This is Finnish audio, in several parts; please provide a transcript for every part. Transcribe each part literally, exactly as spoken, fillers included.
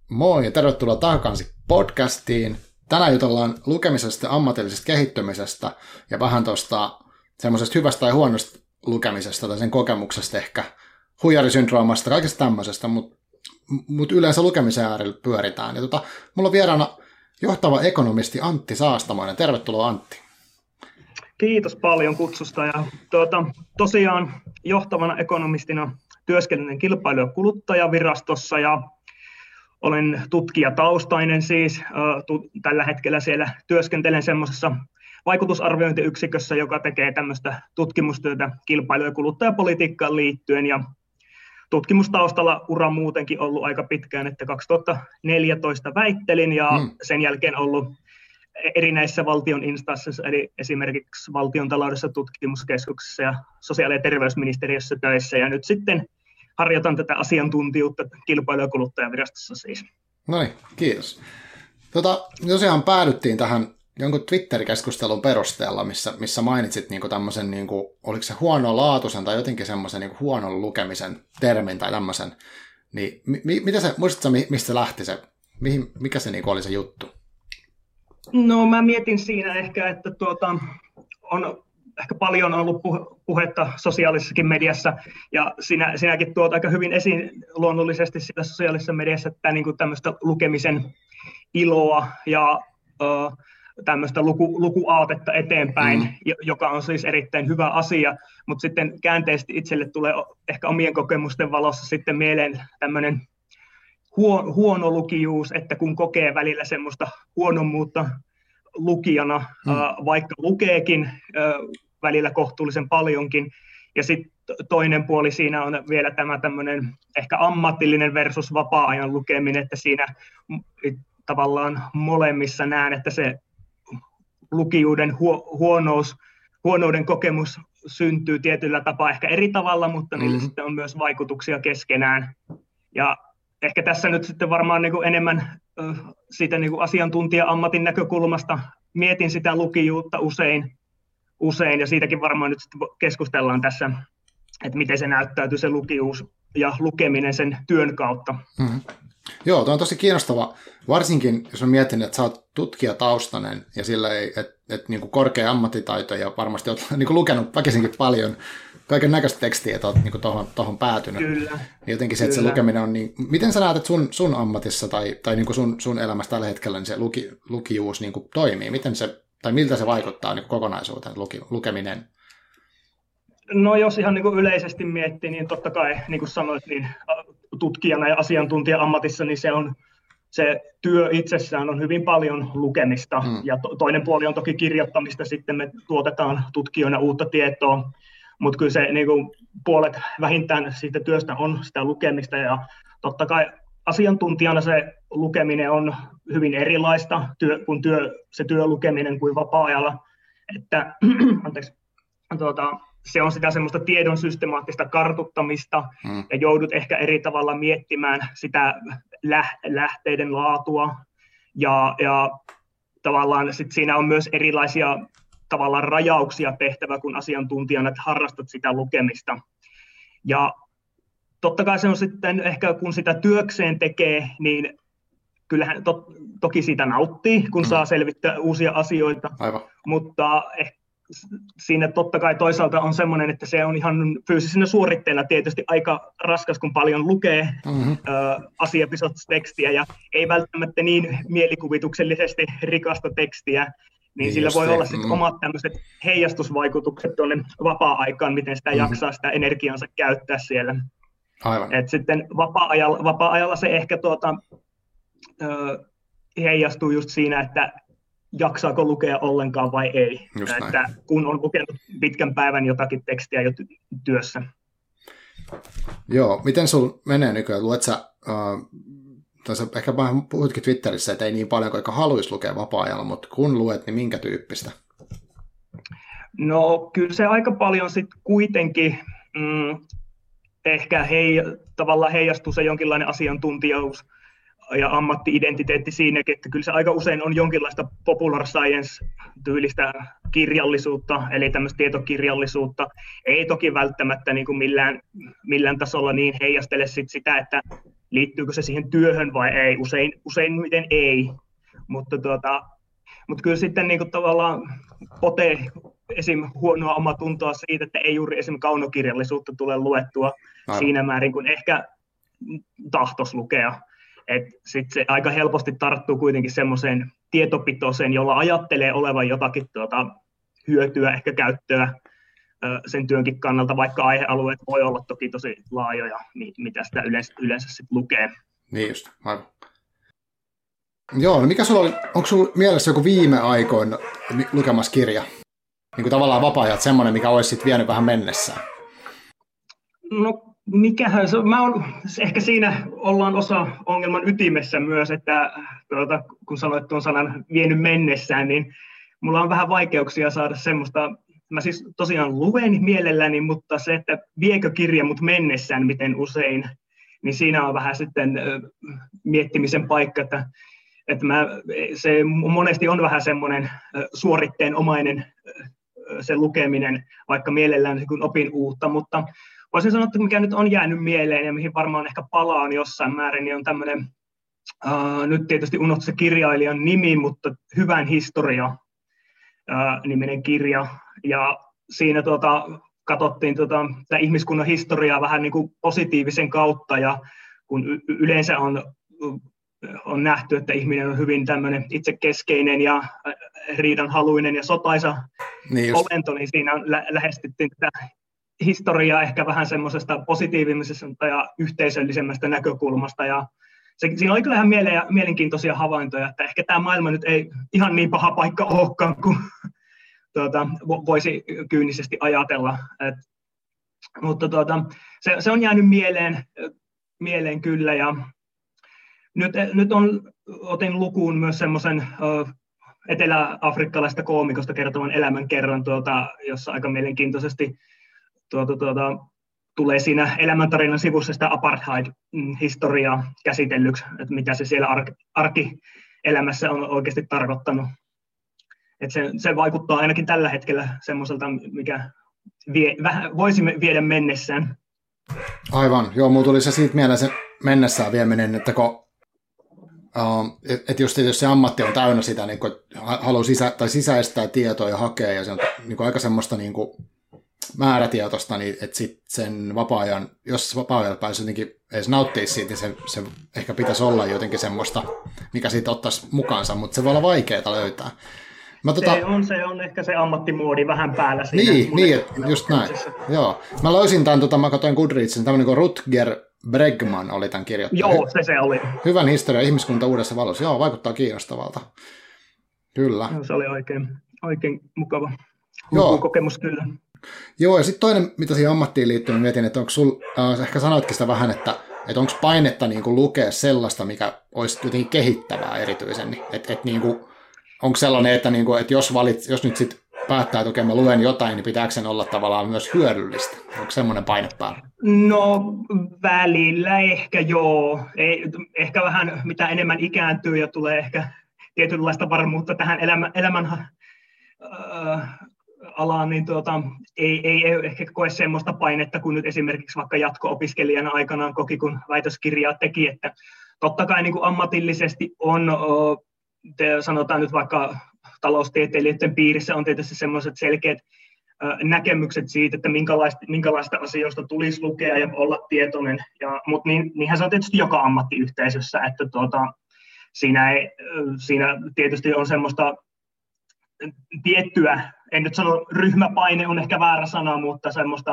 Moi ja tervetuloa Takakansi podcastiin. Tänään jutellaan lukemisesta, ammatillisesta kehittymisestä ja vähän tuosta semmoisesta hyvästä ja huonosta lukemisesta tai sen kokemuksesta ehkä, huijarisyndroomasta, kaikesta tämmöisestä, mutta mut yleensä lukemisen äärellä pyöritään. Ja tota, mulla on vieraana johtava ekonomisti Antti Saastamoinen. Tervetuloa Antti. Kiitos paljon kutsusta. Ja tuota, tosiaan johtavana ekonomistina työskentelen kilpailu- ja kuluttajavirastossa ja olen tutkijataustainen siis. Tällä hetkellä siellä työskentelen semmoisessa vaikutusarviointiyksikössä, joka tekee tämmöistä tutkimustyötä kilpailu- ja kuluttajapolitiikkaan liittyen. Ja tutkimustaustalla ura muutenkin ollut aika pitkään, että kaksituhattaneljätoista väittelin ja hmm. sen jälkeen ollut erinäisissä valtion instansseissa, eli esimerkiksi Valtion taloudellisessa tutkimuskeskuksessa ja sosiaali- ja terveysministeriössä töissä. Ja nyt sitten harjoitan tätä asiantuntijuutta kilpailu- ja kuluttajavirastossa siis. No niin, kiitos. Tota, tosiaan päädyttiin tähän jonkun Twitter-keskustelun perusteella, missä, missä mainitsit niinku tämmöisen, niinku, oliko se huonolaatuisen tai jotenkin semmoisen niinku huonon lukemisen termin tai tämmöisen. Niin, mi, mitä se, muistatko, mistä se lähti se, mihin, mikä se niinku oli se juttu? No mä mietin siinä ehkä, että tuota, on ehkä paljon ollut puhetta sosiaalisessakin mediassa, ja sinä, sinäkin tuot aika hyvin esiin luonnollisesti sitä sosiaalisessa mediassa, että niin kuin tämmöistä lukemisen iloa ja ö, tämmöistä luku, lukuaatetta eteenpäin, mm. joka on siis erittäin hyvä asia, mutta sitten käänteisesti itselle tulee ehkä omien kokemusten valossa sitten mieleen tämmöinen huono, huono lukijuus, että kun kokee välillä semmoista huonommuutta lukijana, mm. äh, vaikka lukeekin äh, välillä kohtuullisen paljonkin, ja sitten toinen puoli siinä on vielä tämä tämmöinen ehkä ammatillinen versus vapaa-ajan lukeminen, että siinä tavallaan molemmissa näen, että se lukijuuden huo, huonous, huonouden kokemus syntyy tietyllä tapaa ehkä eri tavalla, mutta niillä mm. sitten on myös vaikutuksia keskenään. Ja ehkä tässä nyt sitten varmaan niin kuin enemmän äh, siitä niin kuin asiantuntija-ammatin näkökulmasta mietin sitä lukijuutta usein, usein, ja siitäkin varmaan nyt sitten keskustellaan tässä, että miten se näyttäytyy se lukijuus ja lukeminen sen työn kautta. Mm-hmm. Joo, tuo on tosi kiinnostava, varsinkin jos mä mietin, että sä oot tutkijataustainen ja sillä ei, että et, niin korkea ammattitaito ja varmasti oot niin kuin lukenut väkisinkin paljon kaiken näköistä tekstiä, että olet niin tuohon päätynyt. Kyllä. Jotenkin se, että se lukeminen on niin... Miten sä näet, että sun, sun ammatissa tai, tai niin sun, sun elämässä tällä hetkellä niin se luki, lukijuus niin toimii? Miten se, tai miltä se vaikuttaa niin kokonaisuuteen, luki, lukeminen? No jos ihan niin yleisesti miettii, niin totta kai, niin kuin sanoit, niin tutkijana ja asiantuntija-ammatissa, niin se, on, se työ itsessään on hyvin paljon lukemista. Hmm. Ja to, toinen puoli on toki kirjoittamista, sitten me tuotetaan tutkijoina uutta tietoa. Mutta kyllä se niin kuin puolet vähintään siitä työstä on sitä lukemista, ja totta kai asiantuntijana se lukeminen on hyvin erilaista työ, kuin työ, se työlukeminen kuin vapaa-ajalla. Että, anteeksi, tuota, se on sitä semmoista tiedon systemaattista kartuttamista, hmm. ja joudut ehkä eri tavalla miettimään sitä lähteiden laatua, ja, ja tavallaan sit siinä on myös erilaisia tavallaan rajauksia tehtävä kun asiantuntijana, että harrastat sitä lukemista. Ja totta kai se on sitten ehkä, kun sitä työkseen tekee, niin kyllähän to, toki siitä nauttii, kun mm. saa selvittää uusia asioita. Aivan. Mutta ehkä siinä totta kai toisaalta on semmoinen, että se on ihan fyysisenä suoritteena tietysti aika raskas, kun paljon lukee mm-hmm. ö, asiapisotista tekstiä ja ei välttämättä niin mielikuvituksellisesti rikasta tekstiä. Niin sillä voi olla sitten omat tämmöiset heijastusvaikutukset tuonne vapaa-aikaan, miten sitä mm-hmm. jaksaa sitä energiansa käyttää siellä. Aivan. Et sitten vapaa-ajalla, vapaa-ajalla se ehkä tuota, ö, heijastuu just siinä, että jaksaako lukea ollenkaan vai ei. Että kun on lukenut pitkän päivän jotakin tekstiä jo ty- työssä. Joo, miten sulla menee nykyään? Luet sä... Uh... Tässä ehkä vähän puhutkin Twitterissä, että ei niin paljon kuin haluaisi lukea vapaa-ajalla, mutta kun luet, niin minkä tyyppistä? No kyllä se aika paljon sitten kuitenkin mm, ehkä hei, tavallaan heijastuu se jonkinlainen asiantuntijuus ja ammatti-identiteetti siinäkin, että kyllä se aika usein on jonkinlaista popular science-tyylistä kirjallisuutta, eli tämmöistä tietokirjallisuutta. Ei toki välttämättä niin kuin millään, millään tasolla niin heijastele sit sitä, että liittyykö se siihen työhön vai ei, usein, useimmiten ei, mutta, tuota, mutta kyllä sitten niin kuin tavallaan potee esim. Huonoa omatuntoa siitä, että ei juuri esim. Kaunokirjallisuutta tule luettua Aivan. siinä määrin, kun ehkä tahtos lukea. Sitten se aika helposti tarttuu kuitenkin semmoiseen tietopitoiseen, jolla ajattelee olevan jotakin tuota, hyötyä, ehkä käyttöä sen työnkin kannalta, vaikka aihealueet voi olla toki tosi laajoja, mitä sitä yleensä, yleensä sit lukee. Niin just, aivan. Joo, no mikä sulla oli, onko sulla mielessä joku viime aikoina lukemassa kirja? Niin kuin tavallaan vapaa-ajat, semmoinen, mikä olisi sitten vienyt vähän mennessään? No mikähän se on? Mä on, ehkä siinä ollaan osa ongelman ytimessä myös, että tuota, kun sanoit tuon sanan vienyt mennessään, niin mulla on vähän vaikeuksia saada semmoista. Mä siis tosiaan luen mielelläni, mutta se, että viekö kirja mut mennessään miten usein, niin siinä on vähän sitten miettimisen paikka, että, että mä, se monesti on vähän semmoinen suoritteenomainen se lukeminen, vaikka mielellään kun opin uutta, mutta voisin sanoa, että mikä nyt on jäänyt mieleen ja mihin varmaan ehkä palaan jossain määrin, niin on tämmöinen, uh, nyt tietysti unohtu se kirjailijan nimi, mutta Hyvän historia uh, niminen kirja. Ja siinä tuota, katsottiin tuota, ihmiskunnan historiaa vähän niin kuin positiivisen kautta, ja kun y- yleensä on, on nähty, että ihminen on hyvin tämmöinen itsekeskeinen ja riidanhaluinen ja sotaisa niin olento, niin siinä lä- lähestyttiin tätä historiaa ehkä vähän semmoisesta positiivisesta ja yhteisöllisemmästä näkökulmasta. Ja se, siinä oli kyllä ihan miele- mielenkiintoisia havaintoja, että ehkä tämä maailma nyt ei ihan niin paha paikka olekaan kuin Tuota, voisi kyynisesti ajatella. Et, mutta tuota, se, se on jäänyt mieleen, mieleen kyllä. Ja nyt, nyt on, otin lukuun myös semmoisen uh, etelä-afrikkalaista koomikosta kertovan elämänkerran, tuota, jossa aika mielenkiintoisesti tuota, tuota, tulee siinä elämäntarinan sivussa sitä apartheid-historiaa käsitellyksi, että mitä se siellä ar- arkielämässä on oikeasti tarkoittanut. Et se, se vaikuttaa ainakin tällä hetkellä semmoiselta, mikä vie, vähän, voisimme viedä mennessään. Aivan, joo, mulla tuli se siitä mieleen se mennessään vieminen, että kun, uh, et, et just, jos se ammatti on täynnä sitä, niin kun haluaa sisä, tai sisäistää tietoa ja hakea, ja se on niin aika semmoista niin kuin määrätietoista, niin että sitten sen vapaa-ajan, jos vapaa-ajan pääsee jotenkin edes nauttia siitä, niin se, se ehkä pitäisi olla jotenkin semmoista, mikä siitä ottaisi mukaansa, mutta se voi olla vaikeaa löytää. Mä, tota... se, on, se on ehkä se ammattimuodi vähän päällä siinä. Niin, niin just näin. Joo. Mä löysin tämän, tota, mä katsoin Goodreadsin, tämmöinen kuin Rutger Bregman oli tämän kirjoittaja. Joo, se se oli. Hyvän historia ihmiskunta uudessa valossa. Joo, vaikuttaa kiinnostavalta. Kyllä. Joo, se oli oikein, oikein mukava lukukokemus kyllä. Joo, ja sitten toinen, mitä siihen ammattiin liittyy, mietin, että onko sul, äh, ehkä sanoitkin sitä vähän, että, että onko painetta niin kuin lukea sellaista, mikä olisi jotenkin kehittävää erityisen, että et, niin kuin onko sellainen, että, niinku, että jos, valit, jos nyt sit päättää, että okei, mä luen jotain, niin pitääkö sen olla tavallaan myös hyödyllistä? Onko semmoinen paine päällä? No välillä ehkä joo. Ei, ehkä vähän mitä enemmän ikääntyy ja tulee ehkä tietynlaista varmuutta tähän elämän, elämän äh, alaan, niin tuota, ei, ei, ei ehkä koe semmoista painetta kuin nyt esimerkiksi vaikka jatko-opiskelijana aikanaan koki, kun väitöskirjaa teki. Että totta kai niin kuin ammatillisesti on... Oh, te sanotaan nyt vaikka taloustieteilijöiden piirissä on tietysti sellaiset selkeät näkemykset siitä, että minkälaista, minkälaista asioista tulisi lukea ja olla tietoinen, ja, mutta niin, niinhän se on tietysti joka ammattiyhteisössä, että tuota, siinä, ei, siinä tietysti on semmoista tiettyä, en nyt sano ryhmäpaine on ehkä väärä sana, mutta semmoista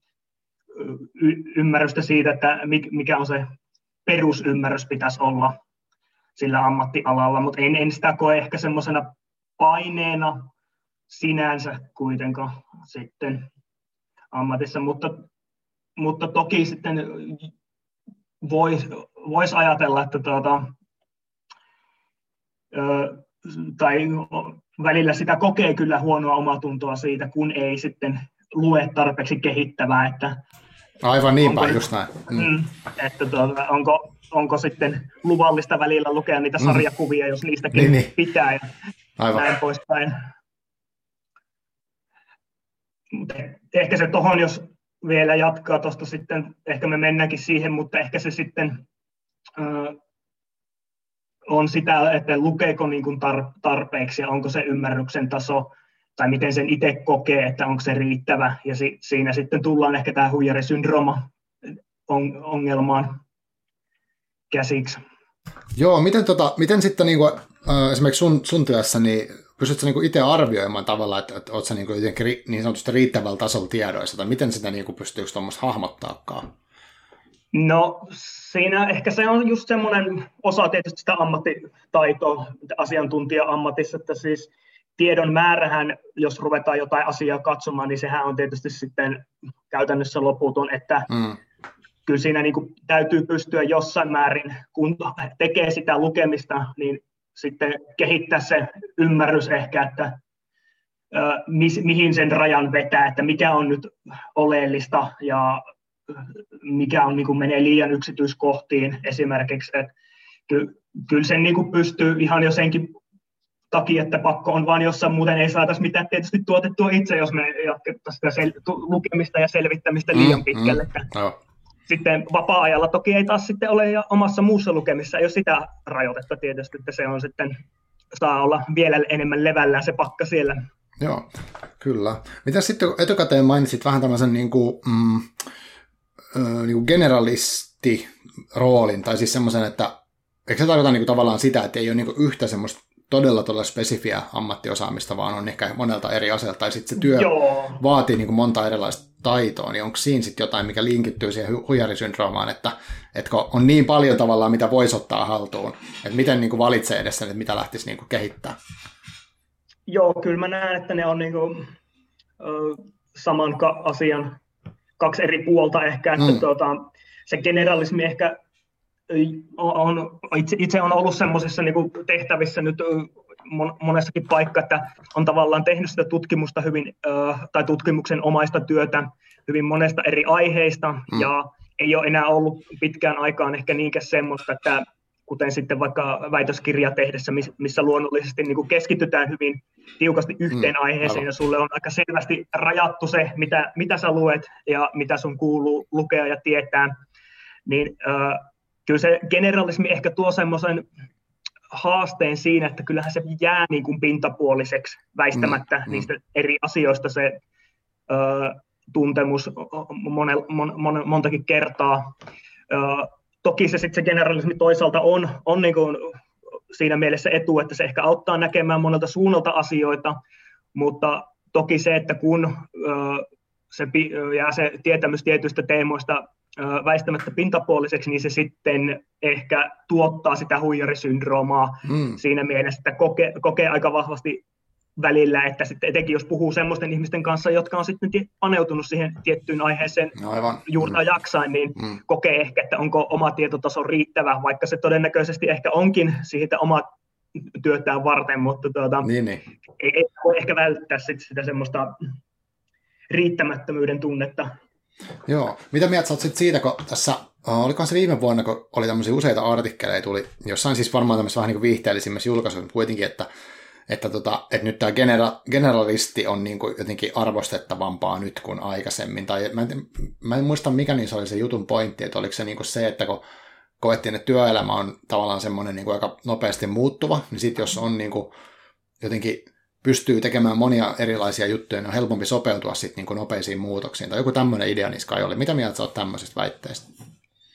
y- ymmärrystä siitä, että mikä on se perusymmärrys pitäisi olla sillä ammattialalla, mutta en, en sitä koe ehkä semmoisena paineena sinänsä kuitenkaan sitten ammatissa, mutta, mutta toki sitten voisi vois ajatella, että tuota, ö, tai välillä sitä kokee kyllä huonoa omatuntoa siitä, kun ei sitten lue tarpeeksi kehittävää, että aivan niin päin, just näin. Mm. Että tuota, onko, onko sitten luvallista välillä lukea niitä sarjakuvia, mm. jos niistäkin niin, niin. pitää ja aivan. Näin poispäin. Mutta ehkä se tohon, jos vielä jatkaa tuosta sitten, ehkä me mennäänkin siihen, mutta ehkä se sitten on sitä, että lukeeko niin kuin tarpeeksi ja onko se ymmärryksen taso tai miten sen itse kokee, että onko se riittävä. Ja si- siinä sitten tullaan ehkä tämä huijarisyndrooma ongelmaan käsiksi. Joo, miten, tota, miten sitten niin kuin, äh, esimerkiksi sun, sun työssä, niin pystytkö niin itse arvioimaan tavallaan, että, että oletko niin, jotenkin niin sanotusti riittävällä tasolla tiedoissa, tai miten sitä niin kuin, pystyykö tuommoista hahmottaakaan? No siinä ehkä se on just semmoinen osa tietysti sitä ammattitaitoa, asiantuntija-ammatissa, että siis tiedon määrähän, jos ruvetaan jotain asiaa katsomaan, niin sehän on tietysti sitten käytännössä loputon, että mm. kyllä siinä niin kuin täytyy pystyä jossain määrin, kun tekee sitä lukemista, niin sitten kehittää se ymmärrys ehkä, että mi- mihin sen rajan vetää, että mikä on nyt oleellista ja mikä on, niin kuin menee liian yksityiskohtiin esimerkiksi. Että ky- kyllä sen niin kuin pystyy ihan jo senkin takia, että pakko on vaan jossain, muuten ei saataisi mitään tietysti tuotettua itse, jos me jatkettaisiin sitä sel- lukemista ja selvittämistä liian mm, pitkälle. Mm, oh. Sitten vapaa-ajalla toki ei taas sitten ole ja omassa muussa lukemissa, ei ole sitä rajoitetta tietysti, että se on sitten, saa olla vielä enemmän levällään se pakka siellä. Joo, kyllä. Mitä sitten etukäteen mainitsit vähän tämmöisen niin kuin, mm, niin kuin generalisti-roolin, tai siis semmoisen, että eikö se tarkoita niin kuin tavallaan sitä, että ei ole niin kuin yhtä semmoista todella todella spesifiä ammattiosaamista, vaan on ehkä monelta eri aseelta, tai sitten se työ Joo. vaatii niin kuin monta erilaista taitoa, niin onko siinä sitten jotain, mikä linkittyy siihen hu- huijarisyndroomaan, että, että on niin paljon tavallaan, mitä voisi ottaa haltuun, että miten niin kuin valitsee edes sen, että mitä lähtisi niin kuin kehittää? Joo, kyllä mä näen, että ne on niin kuin, äh, saman ka- asian kaksi eri puolta ehkä, että mm. tuota, se generalismi ehkä on, itse, itse on ollut semmoisissa niin kuin tehtävissä nyt monessakin paikka, että on tavallaan tehnyt sitä tutkimusta hyvin, tai tutkimuksen omaista työtä hyvin monesta eri aiheista, mm. ja ei ole enää ollut pitkään aikaan ehkä niinkään semmoista, että kuten sitten vaikka väitöskirja tehdessä, missä luonnollisesti niin kuin keskitytään hyvin tiukasti yhteen mm, aiheeseen, aivan. Ja sulle on aika selvästi rajattu se, mitä, mitä sä luet ja mitä sun kuuluu lukea ja tietää, niin äh, kyllä se generalismi ehkä tuo semmoisen haasteen siinä, että kyllähän se jää niin kuin pintapuoliseksi väistämättä mm, niistä mm. eri asioista se äh, tuntemus monel, mon, mon, montakin kertaa. Äh, Toki se sitten se generalismi toisaalta on, on niin kuin siinä mielessä etu, että se ehkä auttaa näkemään monelta suunnalta asioita, mutta toki se, että kun ö, se jää se tietämys tietyistä teemoista ö, väistämättä pintapuoliseksi, niin se sitten ehkä tuottaa sitä huijarisyndroomaa mm. siinä mielessä, että kokee, kokee aika vahvasti välillä, että sitten etenkin jos puhuu semmoisten ihmisten kanssa, jotka on sitten paneutunut siihen tiettyyn aiheeseen no juurta mm. jaksain, niin mm. kokee ehkä, että onko oma tietotaso riittävä, vaikka se todennäköisesti ehkä onkin siitä omaa työtään varten, mutta tuota, niin, niin. Ei, ei voi ehkä välttää sit sitä semmoista riittämättömyyden tunnetta. Joo. Mitä mieltä sä oot sit siitä, kun tässä, olikohan se viime vuonna, kun oli tämmöisiä useita artikkeleja, tuli jossain siis varmaan tämmöisessä vähän niin kuin viihteellisimmässä julkaisuissa, mutta kuitenkin, että Että, tota, että nyt tämä genera- generalisti on niin kuin jotenkin arvostettavampaa nyt kuin aikaisemmin. Tai mä, en, mä en muista, mikä niin se oli se jutun pointti, että oliko se niin kuin se, että kun koettiin, että työelämä on tavallaan semmoinen niin kuin aika nopeasti muuttuva, niin sitten jos on niin kuin jotenkin pystyy tekemään monia erilaisia juttuja, niin on helpompi sopeutua sitten niin kuin nopeisiin muutoksiin. Tai joku tämmöinen idea niissä kai oli. Mitä mieltä sä oot tämmöisistä väitteistä?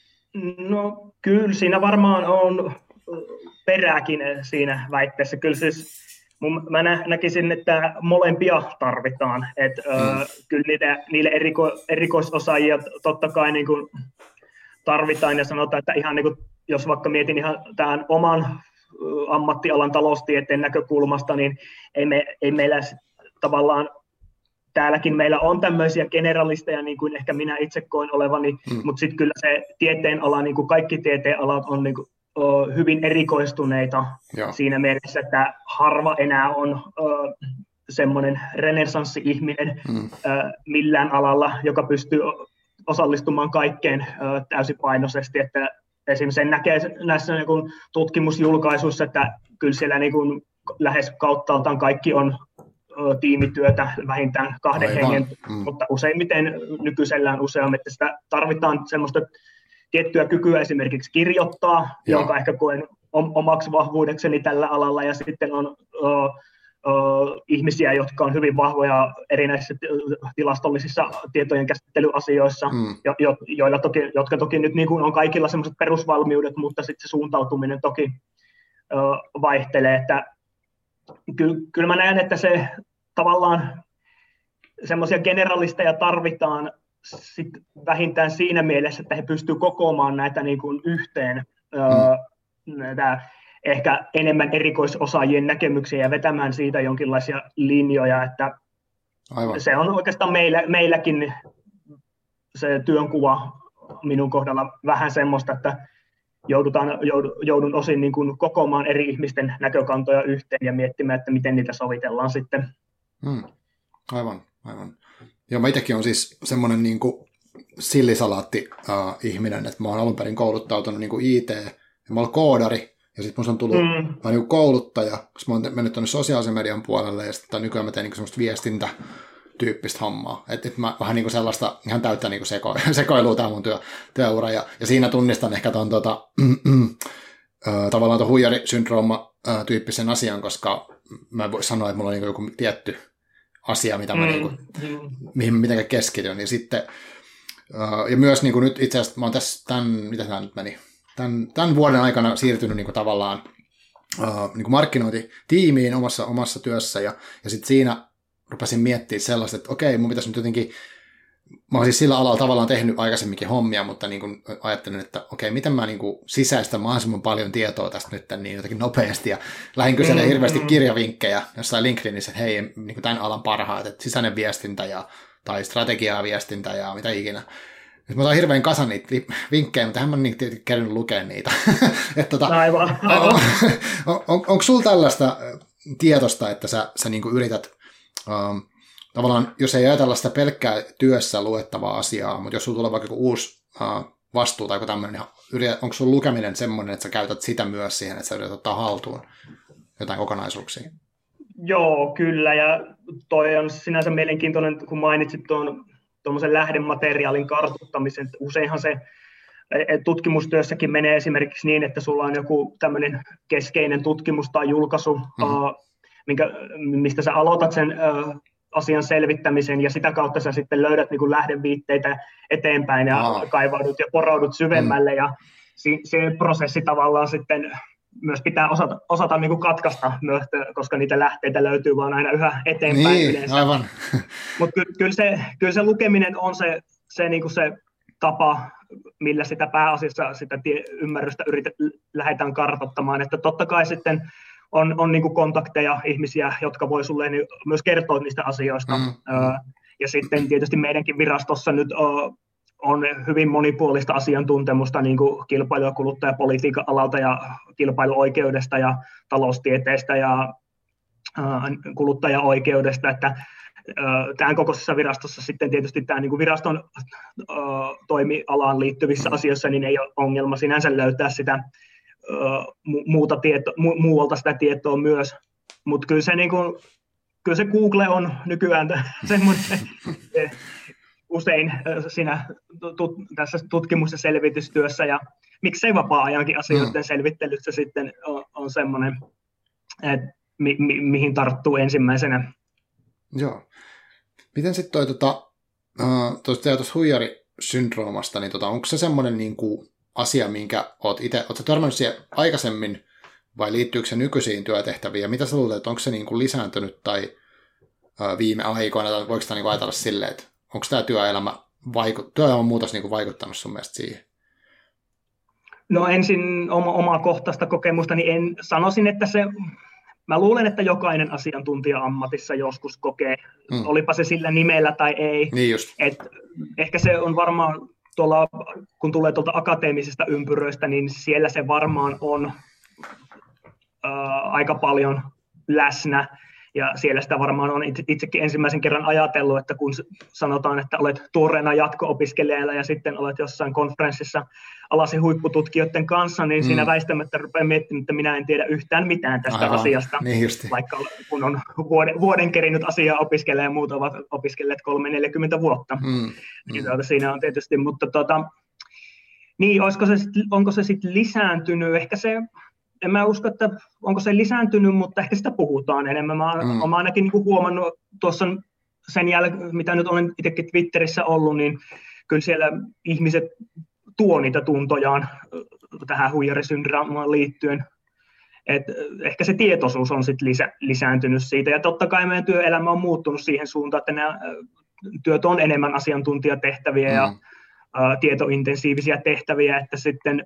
No kyllä siinä varmaan on perääkin siinä väitteessä. Kyllä siis mä näkisin, että molempia tarvitaan. Et, mm. ö, kyllä niitä, niille eriko, erikoisosaajia totta kai niin kuin tarvitaan ja sanotaan, että ihan niin kuin, jos vaikka mietin ihan tämän oman ammattialan taloustieteen näkökulmasta, niin ei, me, ei meillä tavallaan, täälläkin meillä on tämmöisiä generalisteja, niin kuin ehkä minä itse koin olevani, mm. mutta sitten kyllä se tieteenala, niin kuin kaikki tieteenalat on niin kuin hyvin erikoistuneita Joo. siinä mielessä, että harva enää on ö, semmoinen renessanssi-ihminen mm. ö, millään alalla, joka pystyy osallistumaan kaikkeen ö, täysipainoisesti. Että esimerkiksi sen näkee näissä niin kuin tutkimusjulkaisuissa, että kyllä siellä niin kuin lähes kauttaaltaan kaikki on ö, tiimityötä vähintään kahden Aivan. hengen, mm. mutta useimmiten nykyisellään useammin, että sitä tarvitaan semmoista tiettyä kykyä esimerkiksi kirjoittaa, Joo. jonka ehkä koen omaksi vahvuudekseni tällä alalla, ja sitten on uh, uh, ihmisiä, jotka on hyvin vahvoja erinäisissä tilastollisissa tietojen käsittelyasioissa, mm. jo, jo, joilla toki, jotka toki nyt niin kuin on kaikilla sellaiset perusvalmiudet, mutta sitten se suuntautuminen toki uh, vaihtelee, että Ky- kyllä mä näen, että se tavallaan semmoisia generalisteja tarvitaan sit vähintään siinä mielessä, että he pystyvät kokoamaan näitä niin kuin yhteen, mm. öö, näitä ehkä enemmän erikoisosaajien näkemyksiä ja vetämään siitä jonkinlaisia linjoja, että Aivan. se on oikeastaan meillä, meilläkin se työnkuva minun kohdalla vähän semmoista, että Joudutaan, joudun osin niin kuin kokoamaan eri ihmisten näkökantoja yhteen ja miettimään, että miten niitä sovitellaan sitten. Hmm. Aivan, aivan. Ja mä itsekin olen siis semmoinen niin kuin sillisalaatti-ihminen, että mä oon alun perin kouluttautunut niin kuin I T, ja mä oon koodari, ja sitten musta on tullut mm. niin kuin kouluttaja, koska mä oon mennyt tuonne sosiaalisen median puolelle, ja sitten nykyään mä teen niin kuin semmoista viestintä, tyyppistä hommaa. Että et mä vähän niinku sellaista ihan täyttä niinku seko, sekoilua tämä mun työ, työura. Ja, ja siinä tunnistan ehkä ton tota, tavallaan tuon huijarisyndrooma-tyyppisen asian, koska mä voin sanoa, että mulla on niinku joku tietty asia, mitä mä mm. niinku, mihin mä mitenkään keskityn. Ja sitten ja myös niinku nyt itse asiassa mä oon tässä tämän, mitä tämä nyt meni, tämän, tämän vuoden aikana siirtynyt niinku tavallaan uh, niinku markkinointitiimiin omassa, omassa työssä ja, ja sitten siinä rupesin miettimään sellaista, että okei, mun pitäisi nyt jotenkin, mä oon siis sillä alalla tavallaan tehnyt aikaisemminkin hommia, mutta niin kuin ajattelin, että okei, miten mä niin kuin sisäistän mahdollisimman paljon tietoa tästä nyt niin jotenkin nopeasti, ja lähdin kyselemään mm, hirveästi mm. kirjavinkkejä jossain LinkedInissä, että hei, niin kuin tämän alan parhaat, että sisäinen viestintä ja, tai strategiaa viestintä ja mitä ikinä. Nyt mä otan hirveän kasan niitä vinkkejä, mutta hän on niin tietysti kerännyt lukea niitä. että, tota, aivan, aivan. On, on, on, onko sulla tällaista tietosta, että sä, sä niin kuin yrität Um, tavallaan, jos ei ajatella sitä pelkkää työssä luettavaa asiaa, mutta jos sulla tulee vaikka joku uusi uh, vastuu tai joku tämmöinen, niin onko sun lukeminen semmoinen, että sä käytät sitä myös siihen, että sä yrität ottaa haltuun jotain kokonaisuuksia? Joo, kyllä, ja toi on sinänsä mielenkiintoinen, kun mainitsit tuon tuommoisen lähdemateriaalin kartoittamisen, että useinhan se tutkimustyössäkin menee esimerkiksi niin, että sulla on joku tämmöinen keskeinen tutkimus tai julkaisu, mm-hmm. uh, minkä, mistä sä aloitat sen ö, asian selvittämisen, ja sitä kautta sä sitten löydät niin kuin lähdeviitteitä eteenpäin ja Aa. kaivaudut ja poroudut syvemmälle, mm. ja si, se prosessi tavallaan sitten myös pitää osata, osata niin kuin katkaista, myös, koska niitä lähteitä löytyy vaan aina yhä eteenpäin niin, yleensä. Aivan. Mutta ky, kyllä, se, kyllä se lukeminen on se, se, niin kuin se tapa, millä sitä pääasiassa sitä tie, ymmärrystä yritet, lähdetään kartoittamaan, että totta kai sitten on, on niin kuin kontakteja, ihmisiä, jotka voi sulle myös kertoa niistä asioista. Mm. Ja sitten tietysti meidänkin virastossa nyt on hyvin monipuolista asiantuntemusta niin kuin kilpailu- ja kuluttajapolitiikan alalta ja kilpailuoikeudesta ja taloustieteestä ja kuluttajaoikeudesta, että tämän kokoisessa virastossa sitten tietysti tämä niin kuin viraston toimialaan liittyvissä asioissa niin ei ole ongelma sinänsä löytää sitä muuta tieto, mu- muualta sitä tietoa myös, mutta kyllä se, niin kuin, kyllä se Google on nykyään semmoinen usein siinä tut, tässä tutkimus- ja selvitystyössä, ja miksei vapaa-ajankin asioiden selvittelyssä sitten on, on semmoinen, että mi, mi, mihin tarttuu ensimmäisenä. Joo. Miten sitten toi tuota, uh, tuosta huijarisyndroomasta, niin tota, onko se semmoinen niin kuin asia, minkä olet itse, oletko törmännyt siihen aikaisemmin, vai liittyykö se nykyisiin työtehtäviin, ja mitä sä luulet, että onko se niin kuin lisääntynyt tai ö, viime aikoina, tai voiko sitä niin kuin ajatella silleen, että onko tämä työelämä, vaiku- työelämän muutos niin kuin vaikuttanut sun mielestä siihen? No ensin oma, omaa kohtaista kokemusta, niin en sanoisin, että se, mä luulen, että jokainen asiantuntija ammatissa joskus kokee, hmm. olipa se sillä nimellä tai ei, niin just. Et ehkä se on varmaan tuolla, kun tulee tuolta akateemisista ympyröistä, niin siellä se varmaan on ää, aika paljon läsnä. Ja siellä sitä varmaan on itsekin ensimmäisen kerran ajatellut, että kun sanotaan, että olet tuoreena jatko-opiskelijalla ja sitten olet jossain konferenssissa alasi huippututkijoiden kanssa, niin mm. siinä väistämättä rupeaa miettimään, että minä en tiedä yhtään mitään tästä Aivan. asiasta. Niin vaikka kun on vuoden, vuoden kerinyt asiaa opiskelemaan ja muut ovat opiskelleet kolme neljäkymmentä vuotta. Mm. Mm. Tuota, siinä on tietysti, mutta tuota, Niin, olisiko se sit, onko se sitten lisääntynyt? Ehkä se, en mä usko, että onko se lisääntynyt, mutta ehkä sitä puhutaan enemmän. Mä mm. olen ainakin niin kuin huomannut tuossa sen jälkeen, mitä nyt olen itsekin Twitterissä ollut, niin kyllä siellä ihmiset tuo niitä tuntojaan tähän huijarisyndroomaan liittyen. Et ehkä se tietoisuus on sit lisä, lisääntynyt siitä, ja totta kai meidän työelämä on muuttunut siihen suuntaan, että nämä työt on enemmän asiantuntijatehtäviä mm. ja ä, tietointensiivisiä tehtäviä, että sitten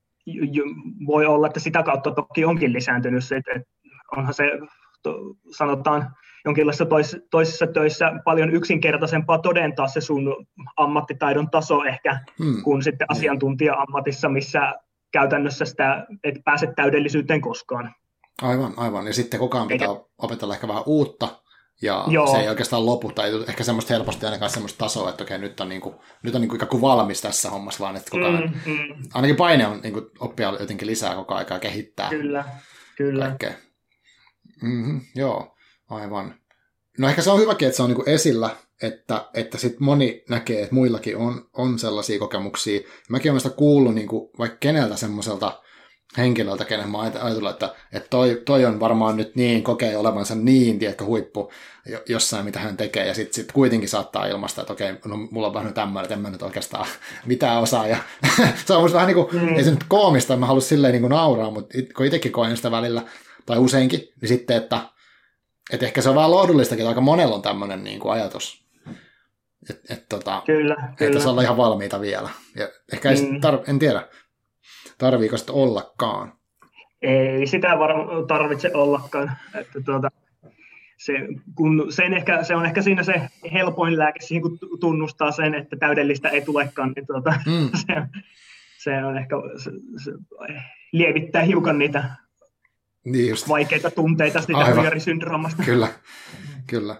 voi olla, että sitä kautta toki onkin lisääntynyt se, että onhan se, to, sanotaan, jonkinlaisissa tois, toisissa töissä paljon yksinkertaisempaa todentaa se sun ammattitaidon taso ehkä, mm. kuin sitten asiantuntija-ammatissa, missä käytännössä sitä et pääse täydellisyyteen koskaan. Aivan, aivan. Ja sitten koko ajan pitää Eikä... opetella ehkä vähän uutta, ja Joo. se ei oikeastaan lopu, tai ehkä semmoista helposti ainakaan semmoista tasoa, että okei, nyt on, niinku, nyt on niinku ikään kuin valmis tässä hommassa, vaan että koko ajan, mm, mm. ainakin paine on niinku, oppia jotenkin lisää koko aikaa kehittää. Kyllä, kyllä. Kaikkea. Mm-hmm, joo, aivan. No ehkä se on hyväkin, että se on niinku esillä, että, että sit moni näkee, että muillakin on, on sellaisia kokemuksia. Mäkin olen sitä kuullut niinku, vaikka keneltä semmoiselta henkilöltä, kenen mä ajatellut, että, että toi, toi on varmaan nyt niin, kokee olevansa niin, tiedätkö, huippu jossain, mitä hän tekee, ja sitten sit kuitenkin saattaa ilmaista, että okei, no mulla on vähän tämmöinen, että en mä nyt oikeastaan mitään osaa, ja se on musta vähän niin kuin, mm. ei se nyt koomista, mä haluaisin silleen niin kuin nauraa, mutta kun itsekin koen sitä välillä, tai useinkin, niin sitten, että, että ehkä se on vähän lohdullistakin, että aika monella on tämmöinen niin kuin ajatus, et, et, tota, kyllä, että kyllä. se ollaan ihan valmiita vielä, ja ehkä ei mm. tar- en tiedä, tarviiko sitä ollakaan? Ei sitä var- tarvitse ollakaan. Että tuota, se, kun sen ehkä, se on ehkä siinä se helpoin lääke siihen, kun tunnustaa sen, että täydellistä ei tulekaan, niin tuota, mm. se, se on ehkä se, se lievittää hiukan niitä niin just. vaikeita tunteita siitä huijarisyndroomasta. Kyllä, kyllä.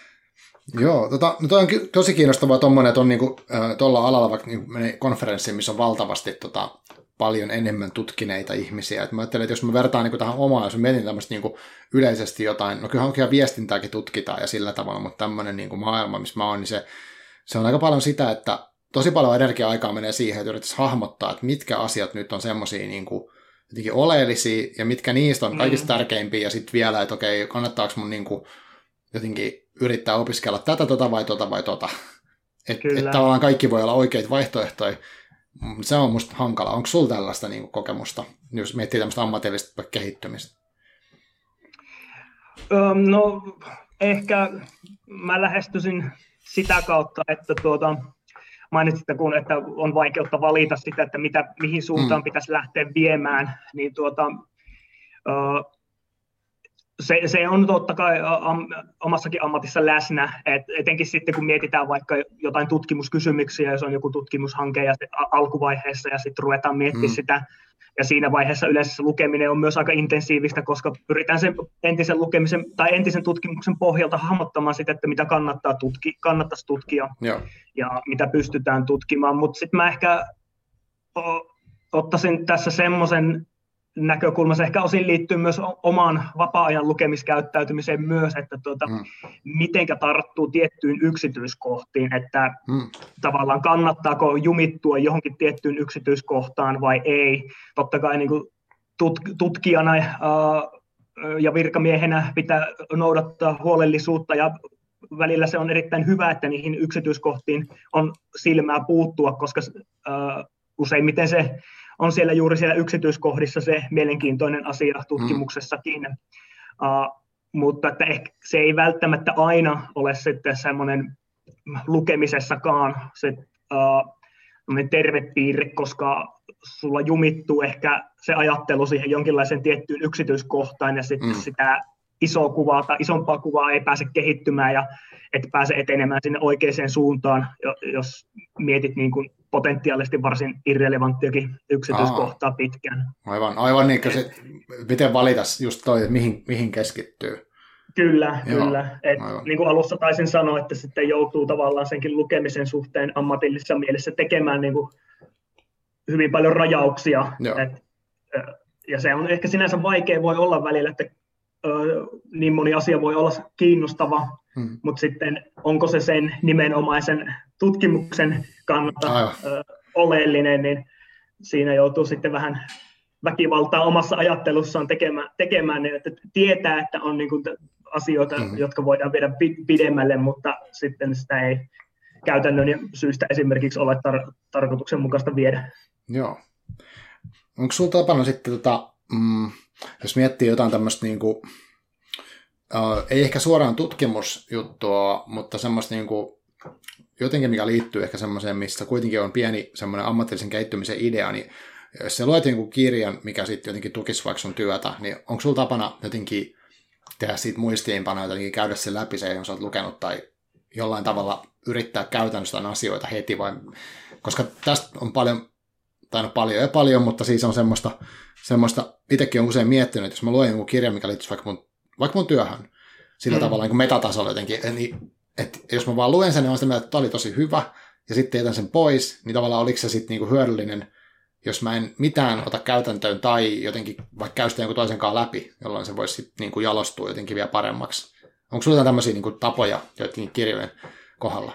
Joo, tota, no toi on tosi kiinnostavaa tuommoinen, että on niinku, äh, tuolla alalla vaikka niinku konferenssiin, missä on valtavasti tota, paljon enemmän tutkineita ihmisiä. Et mä ajattelen, että jos mä vertaan niinku tähän omaan, jos mä mietin tämmöistä niinku yleisesti jotain, no kyllähän kyllä viestintääkin tutkitaan ja sillä tavalla, mutta tämmöinen niinku maailma, missä mä oon, niin se, se on aika paljon sitä, että tosi paljon energiaa-aikaa menee siihen, että yrittäisi hahmottaa, että mitkä asiat nyt on semmoisia niinku jotenkin oleellisia ja mitkä niistä on kaikista mm. tärkeimpiä ja sitten vielä, että okei, kannattaako mun niinku jotenkin yrittää opiskella tätä, tota vai tota vai tota. Että et tavallaan kaikki voi olla oikeita vaihtoehtoja. Se on musta hankala. Onko sulla tällaista niin kuin, kokemusta, jos miettii tämmöistä ammatillista kehittymistä? Um, no ehkä mä lähestyisin sitä kautta, että tuota, mainitsit, kun, että on vaikeutta valita sitä, että mitä, mihin suuntaan mm. pitäisi lähteä viemään, niin tuota, uh, Se, se on totta kai am, omassakin ammatissa läsnä, et etenkin sitten kun mietitään vaikka jotain tutkimuskysymyksiä, jos on joku tutkimushanke ja alkuvaiheessa ja sitten ruvetaan miettimään mm. sitä, ja siinä vaiheessa yleensä se lukeminen on myös aika intensiivistä, koska pyritään sen entisen lukemisen tai entisen tutkimuksen pohjalta hahmottamaan sitä, että mitä kannattaa tutki, kannattaisi tutkia Joo. ja mitä pystytään tutkimaan, mutta sitten mä ehkä o, ottaisin tässä semmoisen näkökulma, se ehkä osin liittyy myös omaan vapaa-ajan lukemiskäyttäytymiseen myös, että tuota, mm. mitenkä tarttuu tiettyyn yksityiskohtiin, että mm. tavallaan kannattaako jumittua johonkin tiettyyn yksityiskohtaan vai ei. Totta kai niin kuin tut- tutkijana ää, ja virkamiehenä pitää noudattaa huolellisuutta ja välillä se on erittäin hyvä, että niihin yksityiskohtiin on silmää puuttua, koska ää, useimmiten se on siellä juuri siellä yksityiskohdissa se mielenkiintoinen asia tutkimuksessakin, mm. uh, mutta että ehkä se ei välttämättä aina ole sitten semmoinen lukemisessakaan se uh, terve piirre, koska sulla jumittuu ehkä se ajattelu siihen jonkinlaiseen tiettyyn yksityiskohtaan ja sitten mm. sitä isoa kuvaa tai isompaa kuvaa ei pääse kehittymään ja et pääse etenemään sinne oikeaan suuntaan, jos mietit niin kuin potentiaalisesti varsin irrelevanttiakin yksityiskohtaa Aa, pitkään. Aivan, aivan niin kuin se, miten valita just toi, että mihin, mihin keskittyy. Kyllä, Joo, kyllä. Et, niin kuin alussa taisin sanoa, että sitten joutuu tavallaan senkin lukemisen suhteen ammatillisessa mielessä tekemään niin kuin hyvin paljon rajauksia. Et, ja se on ehkä sinänsä vaikea voi olla välillä, että niin moni asia voi olla kiinnostava, hmm. mutta sitten onko se sen nimenomaisen tutkimuksen kannalta Aivan. oleellinen, niin siinä joutuu sitten vähän väkivaltaa omassa ajattelussaan tekemään, tekemään että tietää, että on niin kuin asioita, mm-hmm. jotka voidaan viedä pidemmälle, mutta sitten sitä ei käytännön syystä esimerkiksi ole tar- tarkoituksenmukaista viedä. Joo. Onko sinulla tapana sitten, tota, mm, jos miettii jotain tämmöistä, niin kuin, uh, ei ehkä suoraan tutkimusjuttua, mutta semmoista niin kuin, jotenkin, mikä liittyy ehkä semmoiseen, missä kuitenkin on pieni semmoinen ammatillisen kehittymisen idea, niin jos sä luet jonkun kirjan, mikä sitten jotenkin tukisi vaikka sun työtä, niin onko sulla tapana jotenkin tehdä siitä muistiinpanoja, jotenkin käydä sen läpi se, jos sä oot lukenut, tai jollain tavalla yrittää käytännössä asioita heti, vai, koska tästä on paljon, tai no paljon ja paljon, mutta siis on semmoista, semmoista itsekin on usein miettinyt, että jos mä luen jonkun kirjan, mikä liittyisi vaikka mun, vaikka mun työhön, sillä mm. tavalla niin kuin metatasolla jotenkin, niin että jos mä vaan luen sen, niin on sitä mieltä, että tämä oli tosi hyvä, ja sitten jätän sen pois, niin tavallaan oliko se sitten niinku hyödyllinen, jos mä en mitään ota käytäntöön tai jotenkin vaikka käy sitä jonkun toisen kanssa läpi, jolloin se voisi sitten niinku jalostua jotenkin vielä paremmaksi. Onko sulla tämmöisiä niinku tapoja joidenkin kirjojen kohdalla?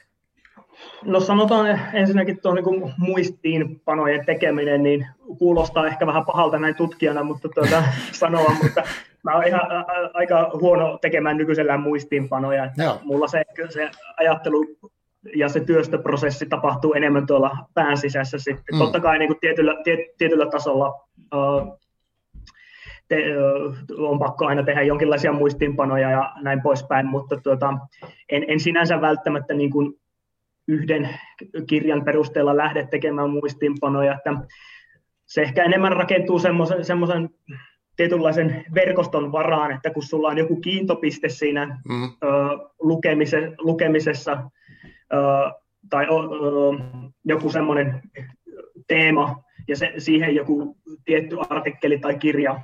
No sanotaan ensinnäkin tuo niin muistiinpanojen tekeminen, niin kuulostaa ehkä vähän pahalta näin tutkijana, mutta tuota, sanoa, mutta mä oon ihan a, aika huono tekemään nykyisellään muistiinpanoja. Että mulla se, se ajattelu ja se työstöprosessi tapahtuu enemmän tuolla pään sisässä sitten. Mm. Totta kai niin kuin tietyllä, tiet, tietyllä tasolla uh, te, uh, on pakko aina tehdä jonkinlaisia muistiinpanoja ja näin poispäin, mutta tuota, en, en sinänsä välttämättä niin kuin yhden kirjan perusteella lähde tekemään muistiinpanoja, että se ehkä enemmän rakentuu semmoisen, semmoisen tietynlaisen verkoston varaan, että kun sulla on joku kiintopiste siinä mm. ö, lukemise, lukemisessa ö, tai o, ö, joku semmoinen teema ja se, siihen joku tietty artikkeli tai kirja,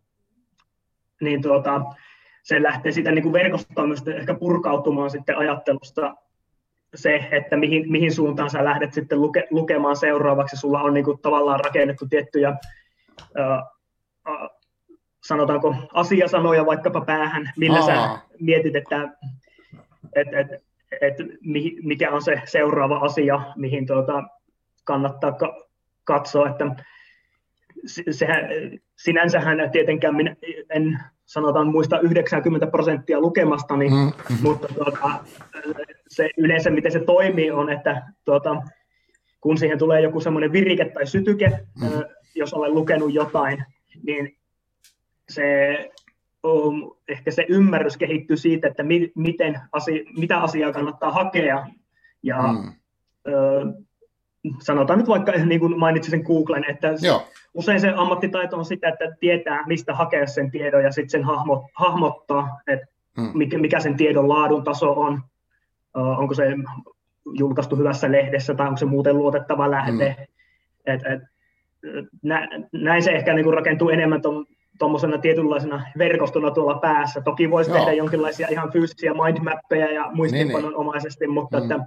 niin tuota, se lähtee siitä niin kuin verkostoon myös ehkä purkautumaan sitten ajattelusta se, että mihin, mihin suuntaan sä lähdet sitten luke, lukemaan seuraavaksi. Sulla on niin kuin tavallaan rakennettu tiettyjä, ää, sanotaanko, asiasanoja vaikkapa päähän, millä Aa. sä mietit, että et, et, et, mikä on se seuraava asia, mihin tuota, kannattaa ka- katsoa. Että sehän, sinänsähän tietenkään minä en sanotaan muista yhdeksänkymmentä prosenttia lukemastani, mm. mutta tuota, se yleensä miten se toimii on, että tuota, kun siihen tulee joku semmoinen virike tai sytyke, mm. jos olen lukenut jotain, niin se, um, ehkä se ymmärrys kehittyy siitä, että mi, miten asia, mitä asiaa kannattaa hakea. Ja mm. ö, sanotaan nyt vaikka, niin kuin mainitsin sen Googlen, että Joo. usein se ammattitaito on sitä, että tietää, mistä hakea sen tiedon ja sitten sen hahmo, hahmottaa, että mm. mikä, mikä sen tiedon laadun taso on. Uh, onko se julkaistu hyvässä lehdessä tai onko se muuten luotettava lähde. Mm. Et, et, nä, näin se ehkä niinku rakentuu enemmän tuommoisena tietynlaisena verkostona tuolla päässä. Toki voisi Joo. tehdä jonkinlaisia ihan fyysisiä mindmappeja ja muistiinpanonomaisesti, niin, niin. mutta mm. että,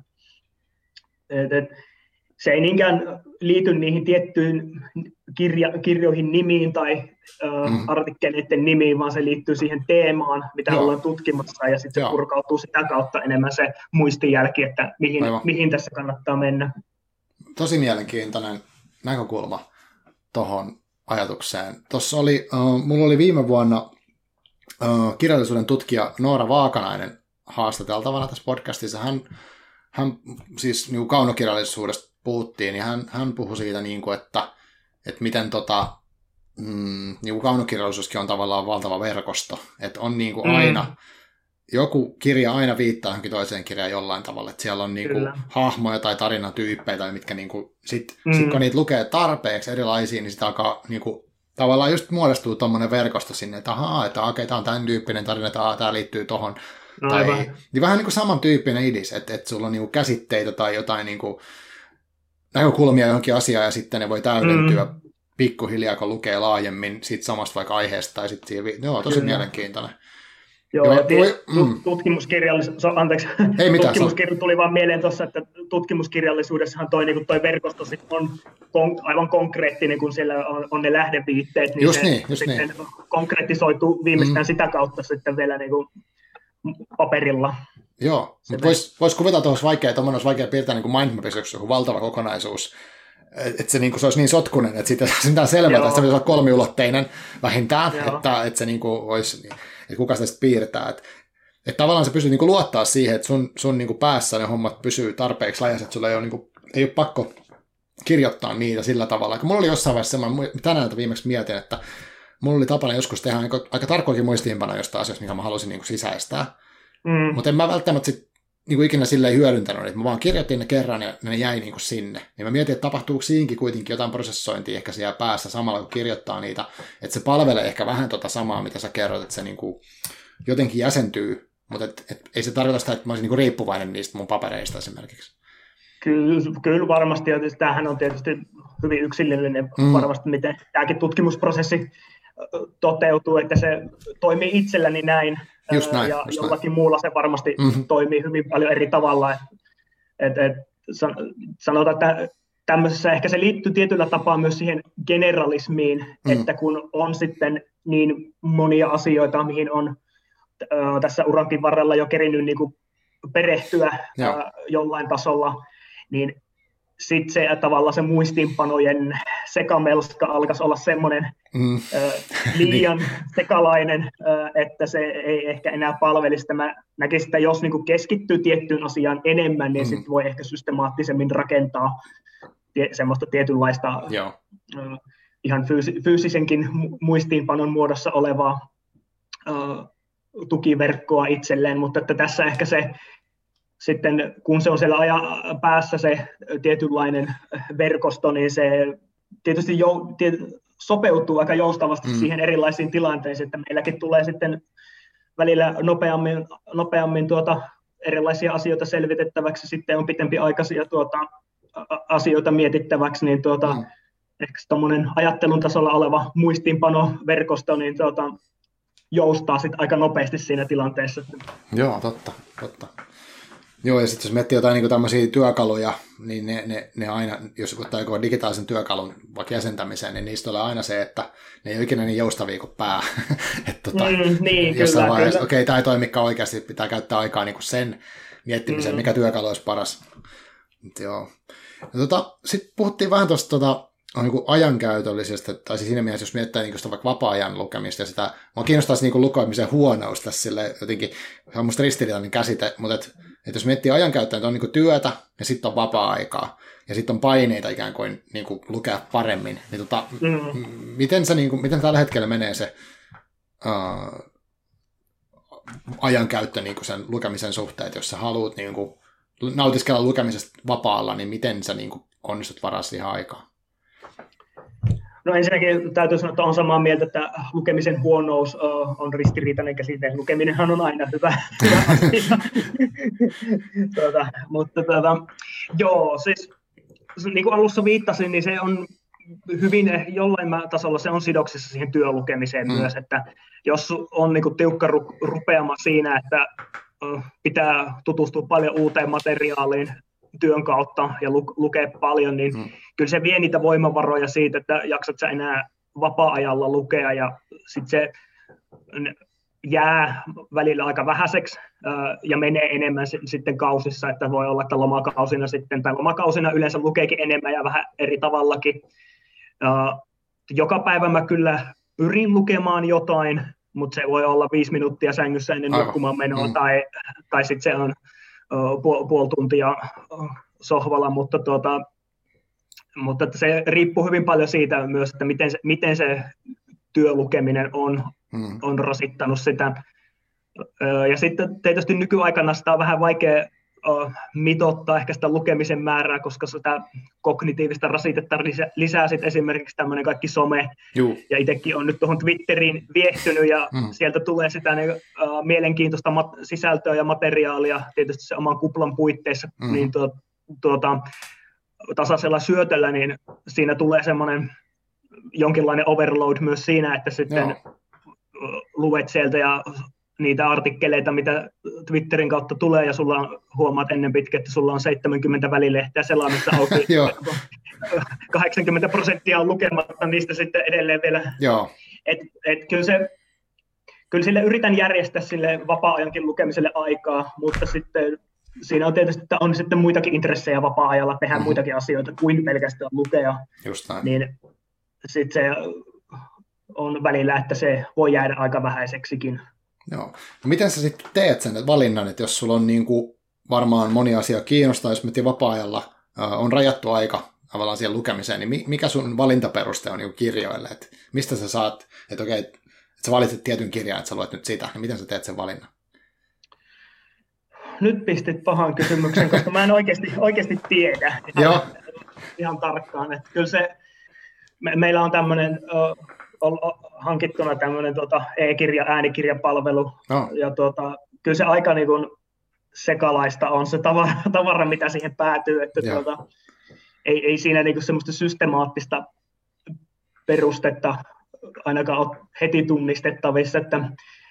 et, et, se ei niinkään liity niihin tiettyyn kirja, kirjoihin nimiin tai ö, mm. artikkeleiden nimiin, vaan se liittyy siihen teemaan, mitä Joo. ollaan tutkimassa, ja sitten se purkautuu sitä kautta enemmän se muistijälki, että mihin, mihin tässä kannattaa mennä. Tosi mielenkiintoinen näkökulma tuohon ajatukseen. Tuossa oli, uh, mulla oli viime vuonna uh, kirjallisuuden tutkija Noora Vaakanainen haastateltavana tässä podcastissa. Hän, hän siis niin kuin kaunokirjallisuudesta puhuttiin, niin hän, hän puhui siitä, niin kuin, että, että miten tota, mm, niin kuin kaunokirjallisuuskin on tavallaan valtava verkosto. Että on niin kuin mm. aina, joku kirja aina viittaa johonkin toiseen kirjaan jollain tavalla. Että siellä on niin kuin hahmoja tai tarinatyyppejä, tai mitkä niin kuin, sit, mm. sit kun niitä lukee tarpeeksi erilaisia, niin sitä alkaa niin kuin, tavallaan just muodostuu tuommoinen verkosto sinne, että ahaa, että okei, tämä on tämän tyyppinen tarina, että tämä liittyy tuohon. No, tai, niin vähän niin kuin samantyyppinen idis, että, että sulla on niin kuin käsitteitä tai jotain niin kuin näkökulmia johonkin asiaan, ja sitten ne voi täydentyä mm. pikkuhiljaa, kun lukee laajemmin siitä samasta vaikka aiheesta, tai sitten siihen, joo, tosi Kyllä. mielenkiintoinen. Joo, joo voi, mm. tutkimuskirjallisuus, anteeksi, Ei mitään, tutkimuskirjallisuus tuli vaan mieleen tuossa, että tutkimuskirjallisuudessahan toi, niin toi verkosto on kon, aivan konkreettinen, kun siellä on, on ne lähdeviitteet, niin just se niin, just sitten niin. konkretisoituu viimeistään mm. sitä kautta sitten vielä niin kuin paperilla. Joo, mutta voisi vois kuvitella, että olisi vaikea, olisi vaikea piirtää niin mindmapissa joku valtava kokonaisuus, että se, niin kuin, se olisi niin sotkunen, että siitä on selvää, että se pitäisi olla kolmiulotteinen vähintään, että, että se niin kuin olisi, että kuka sitä sitten piirtää. Että, että tavallaan se pystyy niin kuin luottaa siihen, että sun, sun niin kuin päässä ne hommat pysyy tarpeeksi lajassa, että sulla ei ole, niin kuin, ei ole pakko kirjoittaa niitä sillä tavalla. Mulla oli jossain vaiheessa semmoinen, tänään viimeksi mietin, että mulla oli tapana joskus tehdä niin kuin, aika tarkkoikin muistiinpanoja jostain asioista, mikä mä halusin niin kuin sisäistää. Mm. Mutta en mä välttämättä sit, niin kuin ikinä silleen hyödyntänyt, että mä vaan kirjoitin ne kerran ja ne jäi niin kuin sinne. Niin mä mietin, että tapahtuuko siinkin kuitenkin jotain prosessointia ehkä siellä päässä samalla, kun kirjoittaa niitä, että se palvelee ehkä vähän tota samaa, mitä sä kerrot, että se niin kuin jotenkin jäsentyy, mutta et, et, ei se tarkoita sitä, että mä olisin niin kuin riippuvainen niistä mun papereista esimerkiksi. Kyllä, kyllä varmasti, ja tämähän on tietysti hyvin yksilöllinen mm. varmasti, miten tämäkin tutkimusprosessi toteutuu, että se toimii itselläni näin, just näin ja just jollakin näin. muulla se varmasti mm-hmm. toimii hyvin paljon eri tavalla. Et, et, et, sanotaan, että tämmöisessä ehkä se liittyy tietyllä tapaa myös siihen generalismiin, mm. että kun on sitten niin monia asioita, mihin on äh, tässä urankin varrella jo kerinyt niin kuin perehtyä äh, jollain tasolla, niin sitten se tavallaan se muistiinpanojen sekamelska alkaisi olla semmoinen mm. äh, liian niin. sekalainen, äh, että se ei ehkä enää palvelisi. Mä näkisin, että jos niin kuin keskittyy tiettyyn asiaan enemmän, niin mm. sitten voi ehkä systemaattisemmin rakentaa tie- semmoista tietynlaista äh, ihan fyysi- fyysisenkin muistiinpanon muodossa olevaa äh, tukiverkkoa itselleen, mutta että tässä ehkä se sitten kun se on siellä ajan päässä se tietynlainen verkosto, niin se tietysti jou, tiet, sopeutuu aika joustavasti mm. siihen erilaisiin tilanteisiin, että meilläkin tulee sitten välillä nopeammin, nopeammin tuota erilaisia asioita selvitettäväksi, sitten on pitempiaikaisia tuota, asioita mietittäväksi, niin tuota, mm. ehkä tuommoinen ajattelun tasolla oleva muistiinpanoverkosto, niin tuota, joustaa sitten aika nopeasti siinä tilanteessa. Joo, totta, totta. Joo, ja sitten jos miettii jotain niin tämmöisiä työkaluja, niin ne, ne, ne aina, jos ottaa joku digitaalisen työkalun vaikka jäsentämiseen, niin niistä tulee aina se, että ne ei ole ikinä niin joustavia kuin pää. että tota, mm, niin, jossain kyllä, vaiheessa, kyllä. okei, okay, tämä ei toimikaan oikeasti, pitää käyttää aikaa niin kuin sen miettimiseen, mm. mikä työkalu olisi paras. Joo. Tota, sitten puhuttiin vähän tuosta tota, niin ajankäytöllisestä, tai siis siinä mielessä, jos miettii niin sitä vaikka vapaa-ajan lukemista, ja sitä, mua kiinnostaisi niin lukemisen huonous tässä sille, jotenkin, se on musta ristiriitainen käsite, mutta et, et jos miettii ajankäyttöä, niin on niin työtä, ja sitten on vapaa-aikaa, ja sitten on paineita ikään kuin, niin kuin lukea paremmin, niin tota, mm. miten, se, niin kuin, miten tällä hetkellä menee se uh, ajankäyttö niin kuin sen lukemisen suhteen, että jos sä haluat niin kuin, nautiskella lukemisesta vapaalla, niin miten sä niin kuin, onnistut varaa siihen aikaan? No ensinnäkin täytyy sanoa, että olen samaa mieltä, että lukemisen huonous uh, on ristiriitainen käsite. Lukeminenhan on aina hyvä, hyvä asia. tuota, mutta tuota, joo, siis niin kuin alussa viittasin, niin se on hyvin jollain tasolla se on sidoksissa siihen työlukemiseen mm. myös, että jos on niin kuin tiukka ru- rupeama siinä, että uh, pitää tutustua paljon uuteen materiaaliin työn kautta ja lu- lukea paljon, niin mm. kyllä se vie niitä voimavaroja siitä, että jaksat sä enää vapaa-ajalla lukea, ja sitten se jää välillä aika vähäiseksi ää, ja menee enemmän s- sitten kausissa, että voi olla, että lomakausina sitten, tai lomakausina yleensä lukeekin enemmän ja vähän eri tavallakin. Ää, joka päivä mä kyllä pyrin lukemaan jotain, mutta se voi olla viisi minuuttia sängyssä ennen nukkumaan menoa, mm. tai, tai sitten se on Puol, puoli tuntia sohvalla, mutta, tuota, mutta se riippuu hyvin paljon siitä myös, että miten se, miten se työlukeminen on, hmm. on rasittanut sitä. Ja sitten tietysti nykyaikana sitä on vähän vaikea mitottaa ehkä sitä lukemisen määrää, koska sitä kognitiivista rasitetta lisää sitten esimerkiksi tämmöinen kaikki some. Juh. Ja itsekin on nyt tuohon Twitteriin viehtynyt, ja mm. sieltä tulee sitä ne, uh, mielenkiintoista mat- sisältöä ja materiaalia tietysti se oman kuplan puitteissa, mm. niin tuo, tuota, tasaisella syötöllä, niin siinä tulee semmoinen jonkinlainen overload myös siinä, että sitten Joo. luet sieltä ja niitä artikkeleita, mitä Twitterin kautta tulee, ja sulla on, huomaat ennen pitkä, että sulla on seitsemänkymmentä välilehteä selaamista auki. kahdeksankymmentä prosenttia on lukematta niistä sitten edelleen vielä. Joo. Et, et kyllä, se, kyllä sille yritän järjestää sille vapaa-ajankin lukemiselle aikaa, mutta sitten siinä on tietysti, että on sitten muitakin intressejä vapaa-ajalla, tehdä mm-hmm. muitakin asioita kuin pelkästään lukea. Just näin. Niin sitten se on välillä, että se voi jäädä aika vähäiseksikin. Joo. No miten sä sitten teet sen valinnan, että jos sulla on niin kuin varmaan moni asia kiinnostaa, jos miettii vapaa-ajalla, äh, on rajattu aika tavallaan siihen lukemiseen, niin mikä sun valintaperuste on niin kuin kirjoille? Että mistä sä saat, että okei, että sä valitset tietyn kirjan, että sä luet nyt sitä, niin miten sä teet sen valinnan? Nyt pistit pahan kysymyksen, koska mä en oikeasti, oikeasti tiedä ihan, ihan tarkkaan. Että kyllä se, me, meillä on tämmöinen hankittuna tämmöinen tota, e-kirja, äänikirjapalvelu, no. ja tota, kyllä se aika niin kuin sekalaista on se tavara, tavara mitä siihen päätyy, että tuota, ei, ei siinä niin kuin semmoista systemaattista perustetta ainakaan ole heti tunnistettavissa, että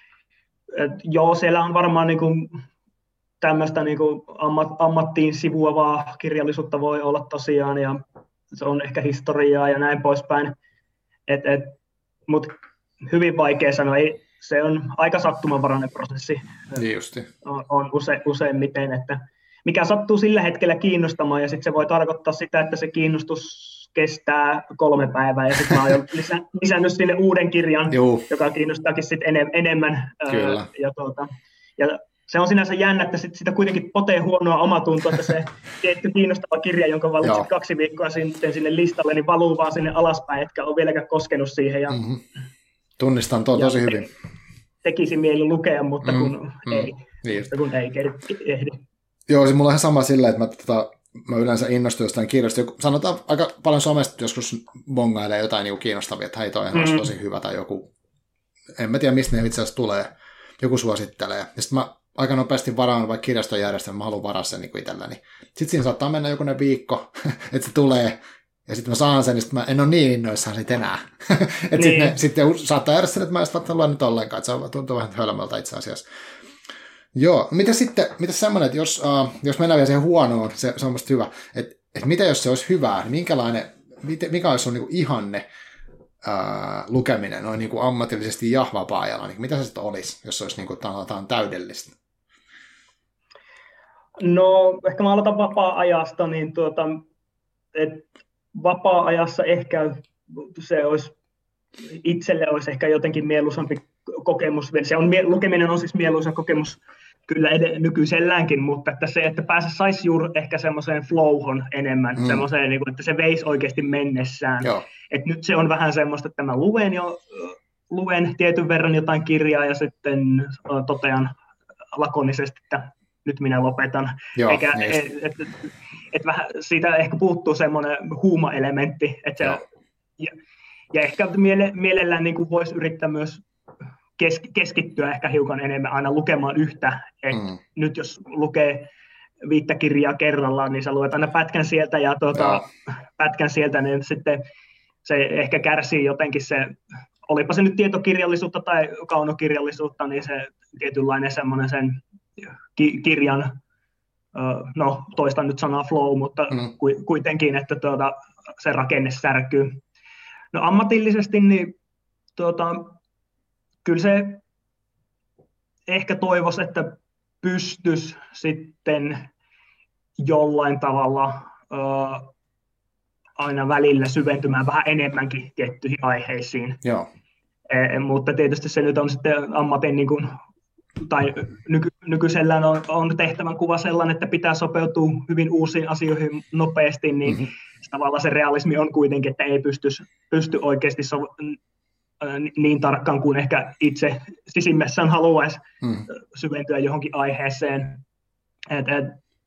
et, joo, siellä on varmaan niin kuin tämmöistä niin kuin ammat, ammattiin sivuavaa kirjallisuutta voi olla tosiaan, ja se on ehkä historiaa ja näin poispäin, et, et, mutta hyvin vaikea sanoa, ei, se on aika sattumanvarainen prosessi, niin justi. on, on use, useimmiten, että mikä sattuu sillä hetkellä kiinnostamaan, ja sitten se voi tarkoittaa sitä, että se kiinnostus kestää kolme päivää, ja sitten mä oon jo lisä, lisännyt sinne uuden kirjan, Juu. joka kiinnostaakin sitten enem, enemmän, Kyllä. Ää, ja, tuota, ja se on sinänsä jännä, että sit sitä kuitenkin potee huonoa omatuntoa, että se tietty kiinnostava kirja, jonka valitsit kaksi viikkoa sitten sinne listalle, niin valuu vaan sinne alaspäin, etkä ole vieläkään koskenut siihen. Ja, mm-hmm. Tunnistan tuo tosi hyvin. Tekisi mieli lukea, mutta kun mm-hmm. ei, niin. mutta kun ei ehdi. Joo, siis mulla on ihan sama sillä, että mä, tota, mä yleensä innostun jostain kirjasta. Sanotaan aika paljon somesta joskus bongailee jotain niin kiinnostavia, että hei, toi on mm-hmm. tosi hyvä, tai joku, en mä tiedä mistä ne itse asiassa tulee, joku suosittelee. Ja sitten mä aika nopeasti varaan vaikka kirjastojärjestelmä, mä haluan varaa sen niin itselläni. Sitten siinä saattaa mennä jokunen viikko, että se tulee, ja sitten mä saan sen, niin sitten mä en ole niin innoissaan siitä enää. Että niin. sitten sit saattaa jäädä sen, että mä en sitä lue nyt ollenkaan, että se tuntuu vähän hölmöltä itse asiassa. Joo, mitä sitten, mitä semmoinen, että jos, uh, jos mennään vielä siihen huonoon, se, se on musta hyvä, että, että mitä jos se olisi hyvää, niin minkälainen, mikä olisi sun niin kuin ihanne uh, lukeminen noin niin kuin ammatillisesti ja vapaa-ajalla, niin mitä se sitten olisi, jos se olisi niin kuin tavallaan täydellistä? No, ehkä mä aloitan vapaa-ajasta, niin tuota, että vapaa-ajassa ehkä se olisi, itselle olisi ehkä jotenkin mieluisampi kokemus. Se on, lukeminen on siis mieluisa kokemus kyllä ed- nykyiselläänkin, mutta että se, että pääse saisi juuri ehkä semmoiseen flowhon enemmän, mm. semmoiseen, niin kuin, että se veisi oikeasti mennessään. Et nyt se on vähän semmoista, että mä luen jo luen tietyn verran jotain kirjaa ja sitten totean lakonisesti, että nyt minä lopetan. Joo, Eikä, et, et, et, et vähän, siitä ehkä puuttuu semmoinen huuma-elementti. Että se, ja, ja ehkä miele, mielellään niin kuin voisi yrittää myös kes, keskittyä ehkä hiukan enemmän aina lukemaan yhtä. Et mm. Nyt jos lukee viittä kirjaa kerrallaan, niin sä luet aina pätkän sieltä ja tuota, pätkän sieltä, niin sitten se ehkä kärsii jotenkin se, olipa se nyt tietokirjallisuutta tai kaunokirjallisuutta, niin se tietynlainen semmoinen sen ki- kirjan, no toistan nyt sanaa flow, mutta mm. kuitenkin, että tuota, se rakenne särkyy. No ammatillisesti, niin tuota, kyllä se ehkä toivoisi, että pystyisi sitten jollain tavalla ö, aina välillä syventymään vähän enemmänkin tiettyihin aiheisiin. Joo. E, mutta tietysti se nyt on sitten ammatin, niin kuin, tai nyky, nykyisellään on, on tehtävän kuva sellainen, että pitää sopeutua hyvin uusiin asioihin nopeasti, niin mm-hmm. tavallaan se realismi on kuitenkin, että ei pysty, pysty oikeasti so, niin tarkkaan kuin ehkä itse sisimmässään haluaisi mm. syventyä johonkin aiheeseen. Et, et,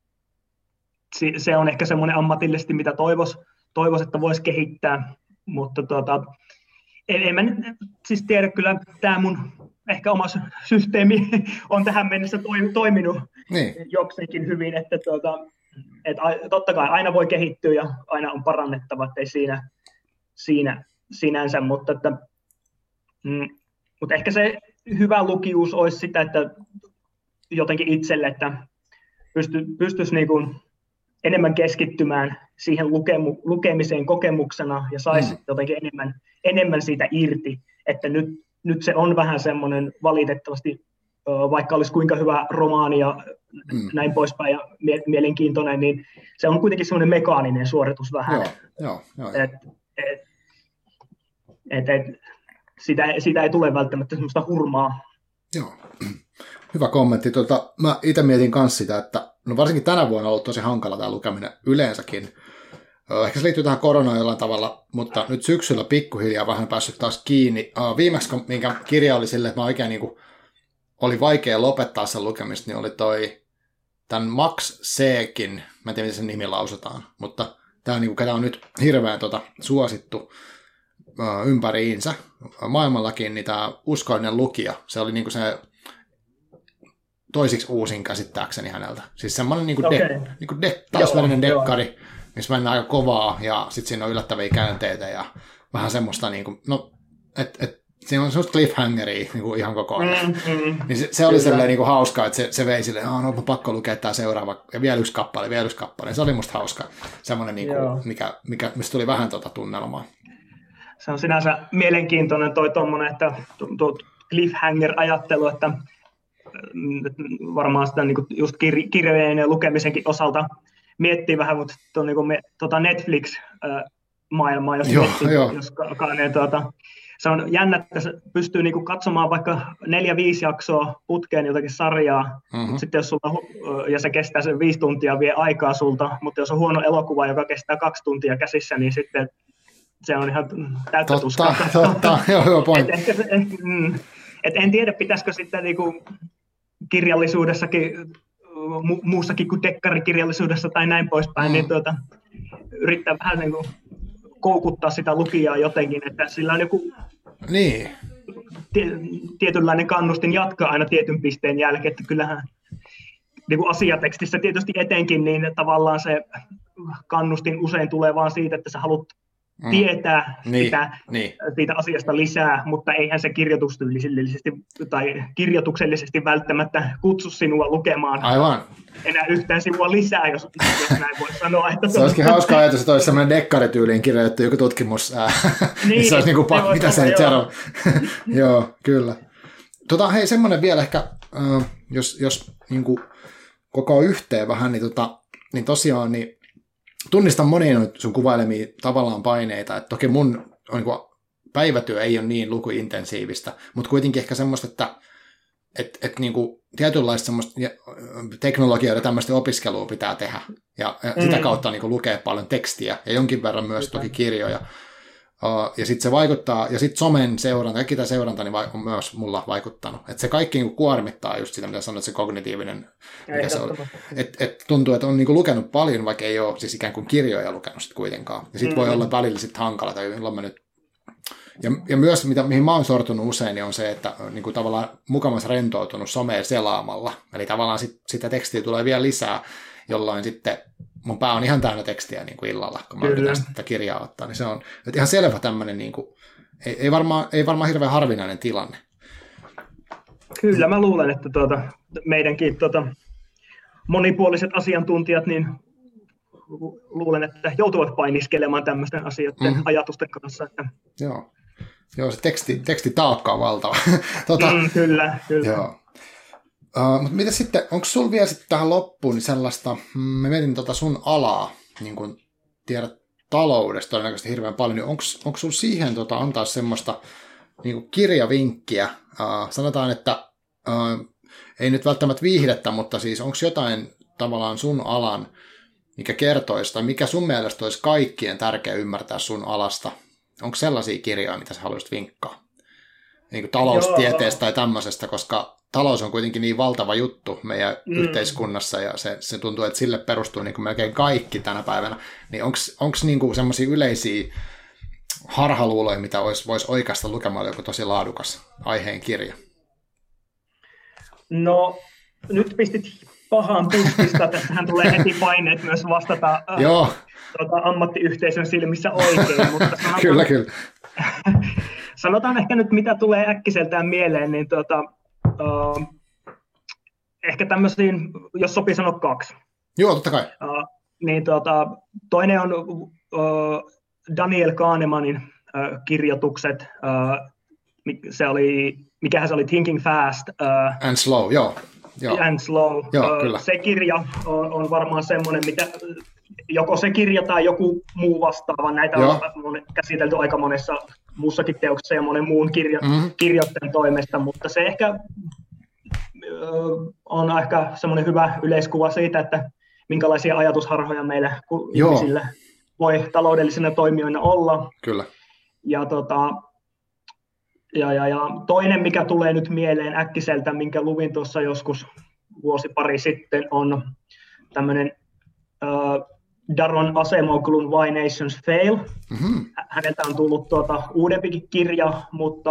se on ehkä semmoinen ammatillisesti, mitä toivoisi, toivois, että voisi kehittää, mutta tuota, en, en mä nyt siis tiedä, kyllä tämä mun ehkä oma systeemi on tähän mennessä toiminut niin. jokseenkin hyvin, että tuota, et, totta kai aina voi kehittyä ja aina on parannettava, ettei siinä, siinä sinänsä, mutta että Mm, mutta ehkä se hyvä lukijuus olisi sitä, että jotenkin itselle, että pysty, pystyisi niin kuin enemmän keskittymään siihen lukemu, lukemiseen kokemuksena ja saisi mm. jotenkin enemmän, enemmän siitä irti, että nyt, nyt se on vähän semmoinen valitettavasti vaikka olisi kuinka hyvä romaani ja mm. näin poispäin ja mie- mielenkiintoinen, niin se on kuitenkin semmoinen mekaaninen suoritus vähän. Joo, joo, joo. Et, et, et, et, sitä, sitä ei tule välttämättä semmoista hurmaa. Joo, hyvä kommentti. Tuota, mä itse mietin myös sitä, että no varsinkin tänä vuonna on ollut tosi hankala tämä lukeminen yleensäkin. Ehkä se liittyy tähän koronaan jollain tavalla, mutta nyt syksyllä pikkuhiljaa vähän päässyt taas kiinni. Viimeksi, minkä kirja oli silleen, että mä oikein niin kuin, oli vaikea lopettaa sen lukemista, niin oli toi tämän Max Seekin, mä en tiedä, miten sen nimi lausutaan, mutta tämä, niin kuin, ketä on nyt hirveän tota, suosittu ympäriinsä maailmallakin, niin tämä Uskollinen lukija, se oli niin kuin se toisiksi uusin käsittääkseni häneltä. Siis semmoinen niin kuin okay. de, niin kuin de, taasvälinen dekkari, missä mennään aika kovaa, ja sitten siinä on yllättäviä käänteitä, ja vähän semmoista, niin kuin, no, että et, siinä on semmoista cliffhangeria niin kuin ihan koko ajan. Mm, mm, niin se, se oli sellainen niin kuin hauskaa, että se, se vei silleen, no, no pakko lukea tämä seuraava, ja vielä yksi kappale, vielä yksi kappale. Se oli musta hauska, semmoinen, niin kuin, mikä, mikä, mistä tuli vähän tuota tunnelmaa. Se on sinänsä mielenkiintoinen toi tuommoinen, että tuo cliffhanger-ajattelu, että varmaan sitä niin kuin just kir- kirjojen ja lukemisenkin osalta miettii vähän, mutta tuon niin kuin me, tuota Netflix-maailmaa, jos joo, miettii, jo. jos niin, tuota, se on jännä, että se pystyy niin kuin katsomaan vaikka neljä, viisi jaksoa putkeen jotakin sarjaa, mm-hmm. sitten jos sulla, ja se kestää sen viisi tuntia vie aikaa sulta, mutta jos on huono elokuva, joka kestää kaksi tuntia käsissä, niin sitten se on ihan täyttä tuskaa. Totta, totta, joo, hyvä pointti. Et, et, et, mm, et en tiedä, pitäisikö sitten niinku kirjallisuudessakin, mu- muussakin kuin dekkarikirjallisuudessa tai näin poispäin, mm. niin tuota, yrittää vähän niinku koukuttaa sitä lukijaa jotenkin, että sillä on joku niin. tie, tietynlainen kannustin jatkaa aina tietyn pisteen jälkeen, että kyllähän niinku asiatekstissä tietysti etenkin, niin tavallaan se kannustin usein tulee vaan siitä, että sä haluat Mm. tietää niin, sitä, niin. siitä asiasta lisää, mutta eihän se kirjoituksellisesti tai kirjoituksellisesti välttämättä kutsu sinua lukemaan Aivan. enää yhtään sivua lisää, jos, jos näin voi sanoa. Että se olisikin hauska ajatus, että olisi sellainen dekkarityyliin kirjoitettu joku tutkimus, ää, niin, se olisi niin kuin, mitä se nyt sanoo. Joo, kyllä. Tota, hei, semmoinen vielä ehkä, äh, jos, jos niin kuin koko yhteen vähän, niin, tota, niin tosiaan, niin tunnistan monia sun kuvailemia tavallaan paineita, että toki mun niin kuin, päivätyö ei ole niin lukuintensiivistä, mutta kuitenkin ehkä semmoista, että et, et, niin kuin, tietynlaista semmoista teknologiaa ja tämmöistä opiskelua pitää tehdä, ja, ja mm. sitä kautta niin kuin, lukee paljon tekstiä, ja jonkin verran myös toki kirjoja, uh, ja sitten se vaikuttaa, ja sitten somen seuranta, kaikki tämä seuranta niin on myös mulla vaikuttanut, että se kaikki niin kuin, kuormittaa just sitä, mitä sanoit, se kognitiivinen, mikä se on. Et, et tuntuu, että on niin kuin, lukenut paljon, vaikka ei ole siis ikään kuin kirjoja lukenut sit kuitenkaan, ja sitten mm. voi olla välillä sitten hankala, tai milloin mä nyt Ja, ja myös, mitä, mihin mä oon sortunut usein, niin on se, että niin kuin tavallaan mukavasti rentoutunut somea selaamalla. Eli tavallaan sit, sitä tekstiä tulee vielä lisää, jolloin sitten mun pää on ihan täynnä tekstiä niin kuin illalla, kun mä yritän sitä kirjaa ottaa. Niin se on että ihan selvä tämmöinen, niin kuin, ei, ei, varmaan, ei varmaan hirveän harvinainen tilanne. Kyllä, mä luulen, että tuota, meidänkin tuota, monipuoliset asiantuntijat, niin luulen, että joutuvat painiskelemaan tämmöisten asioiden mm. ajatusten kanssa. Että... Joo. Joo, se teksti, tekstitaakka on valtava. tuota, mm, kyllä, kyllä. Joo. Uh, mutta mitä sitten, onko sulla vielä sitten tähän loppuun niin sellaista, mä mietin tota sun alaa, niin kun tiedät taloudesta todennäköisesti hirveän paljon, niin onko sulla siihen tota, antaa semmoista niin kuin kirjavinkkiä? Uh, sanotaan, että uh, ei nyt välttämättä viihdettä, mutta siis onko jotain tavallaan sun alan, mikä kertoisi, tai mikä sun mielestä olisi kaikkien tärkeä ymmärtää sun alasta? Onko sellaisia kirjoja, mitä sä haluaisit vinkkaa? Niin kuin taloustieteestä tai tämmöisestä, koska talous on kuitenkin niin valtava juttu meidän mm. yhteiskunnassa, ja se, se tuntuu, että sille perustuu niin kuin melkein kaikki tänä päivänä. Niin onko niin semmoisia yleisiä harhaluuloja, mitä voisi vois oikaista lukemalla joku tosi laadukas aiheen kirja? No, nyt pistit pahaan puskista. Tästähän tulee heti paineet myös vastata Joo. Tuota, ammattiyhteisön silmissä oikein. Mutta sanotaan, kyllä, kyllä. Sanotaan ehkä nyt, mitä tulee äkkiseltään mieleen, niin tuota, uh, ehkä tämmöisiin, jos sopii sanoa kaksi. Joo, totta kai. Uh, niin tuota, toinen on uh, Daniel Kahnemanin uh, kirjoitukset. Uh, se oli mikähän se oli, Thinking Fast. Uh, and Slow, joo. Joo. And Slow. Joo, kyllä. Se kirja on, on varmaan semmoinen, mitä joko se kirja tai joku muu vastaava. Näitä Joo. on käsitelty aika monessa muussakin teoksessa ja monen muun kirjo, mm-hmm. kirjoittajan toimesta, mutta se ehkä on ehkä semmoinen hyvä yleiskuva siitä, että minkälaisia ajatusharhoja meillä ihmisillä voi taloudellisina toimijoina olla. Kyllä. Ja, tota, ja, ja, ja toinen, mikä tulee nyt mieleen äkkiseltä, minkä luvin tuossa joskus vuosi pari sitten, on tämmöinen uh, Daron Acemoglun Why Nations Fail. Mm-hmm. Häneltä on tullut tuota uudempikin kirja, mutta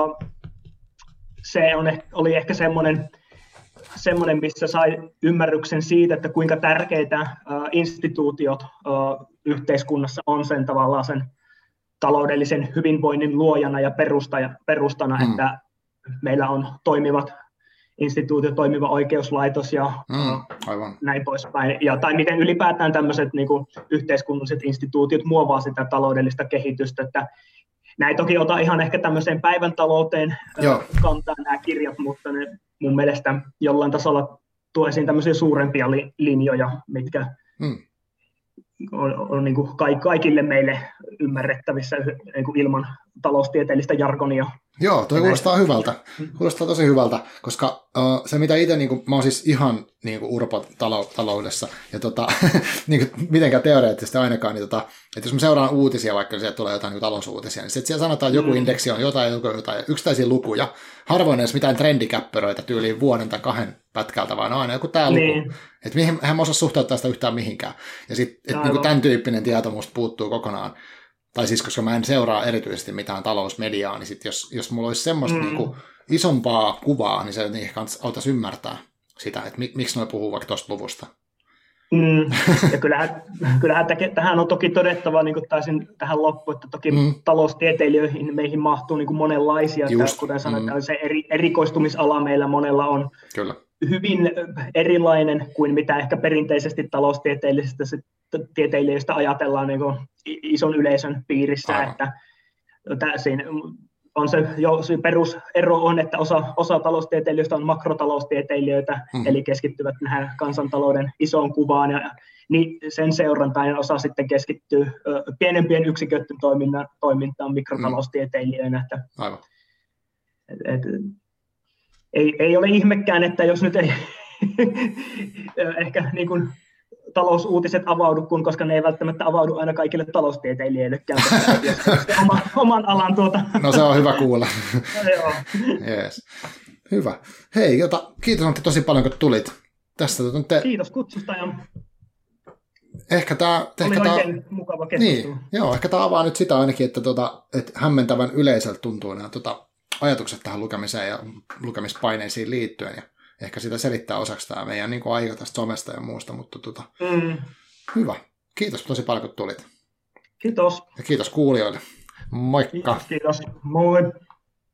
se on, oli ehkä semmoinen, semmoinen, missä sai ymmärryksen siitä, että kuinka tärkeitä uh, instituutiot uh, yhteiskunnassa on sen tavallaan sen taloudellisen hyvinvoinnin luojana ja perustana, mm. että meillä on toimivat instituutiot, toimiva oikeuslaitos ja mm, aivan. näin poispäin. Ja, tai miten ylipäätään tämmöiset niin kuin yhteiskunnalliset instituutiot muovaa sitä taloudellista kehitystä. Että näin toki ota ihan ehkä tämmöiseen päivän talouteen Joo. kantaa nämä kirjat, mutta ne mun mielestä jollain tasolla tuo esiin tämmöisiä suurempia li- linjoja, mitkä mm. on, on niin kuin kaikille meille ymmärrettävissä niin kuin ilman taloustieteellistä jargonia. Joo, toi kuulostaa hyvältä. Kuulostaa tosi hyvältä, koska uh, se mitä itse, niin kuin, mä oon siis ihan niin kuin urpo taloudessa, ja tota, niin kuin, mitenkään teoreettisesti ainakaan, niin tota, että jos mä seuraan uutisia, vaikka sieltä tulee jotain niin kuin talousuutisia, niin sitten siellä sanotaan, että joku mm. indeksi on jotain, joku jotain, yksittäisiä lukuja, harvoin edes mitään trendikäppäröitä tyyliin vuoden tai kahden pätkältä, vaan on aina joku tää niin. luku. Että mihin, hän osaa suhteuttaa sitä yhtään mihinkään. Ja sitten niin tämän tyyppinen tieto musta puuttuu kokonaan. Tai siis, koska mä en seuraa erityisesti mitään talousmediaa, niin sit jos, jos mulla olisi semmoista mm. niin kuin isompaa kuvaa, niin se ehkä auttaisi ymmärtää sitä, että mi, miksi noi puhuu vaikka tuosta luvusta. Mm. Ja kyllähän, kyllähän tähän on toki todettava, niin kuin taisin tähän loppuun, että toki mm. taloustieteilijöihin meihin mahtuu niin kuin monenlaisia, että kuten sanoin, mm. se eri, erikoistumisala meillä monella on Kyllä. hyvin erilainen kuin mitä ehkä perinteisesti taloustieteellisestä tieteilijöistä ajatellaan niin kuin ison yleisön piirissä, Aivan. että siinä on se, jo, se perusero on, että osa, osa taloustieteilijöistä on makrotaloustieteilijöitä, mm. eli keskittyvät tähän kansantalouden isoon kuvaan, ja niin sen seurantaan ja osa sitten keskittyy ö, pienempien yksiköiden toimintaan, toimintaan mikrotaloustieteilijöinä. Että, Aivan. Et, et, ei, ei ole ihmekään, että jos nyt ei ehkä niin kuin talousuutiset avaudu, kun, koska ne ei välttämättä avaudu aina kaikille taloustieteilijöillekään, oman, oman alan tuota. No se on hyvä kuulla. No, joo. Yes. Hyvä. Hei, jota, kiitos Antti tosi paljon, kun tulit. Tästä, te... Kiitos kutsusta. Ja... Ehkä tämä... Oli ehkä oikein tää... mukava keskustelu. Niin, joo, ehkä tämä avaa nyt sitä ainakin, että, tuota, että hämmentävän yleiseltä tuntuu nämä tuota, ajatukset tähän lukemiseen ja lukemispaineisiin liittyen. Ja ehkä sitä selittää osaksi tämä meidän niin kuin aika tästä somesta ja muusta, mutta tuota, mm. hyvä. Kiitos tosi paljon, kun tulit. Kiitos. Ja kiitos kuulijoille. Moikka. Kiitos, kiitos. Moi.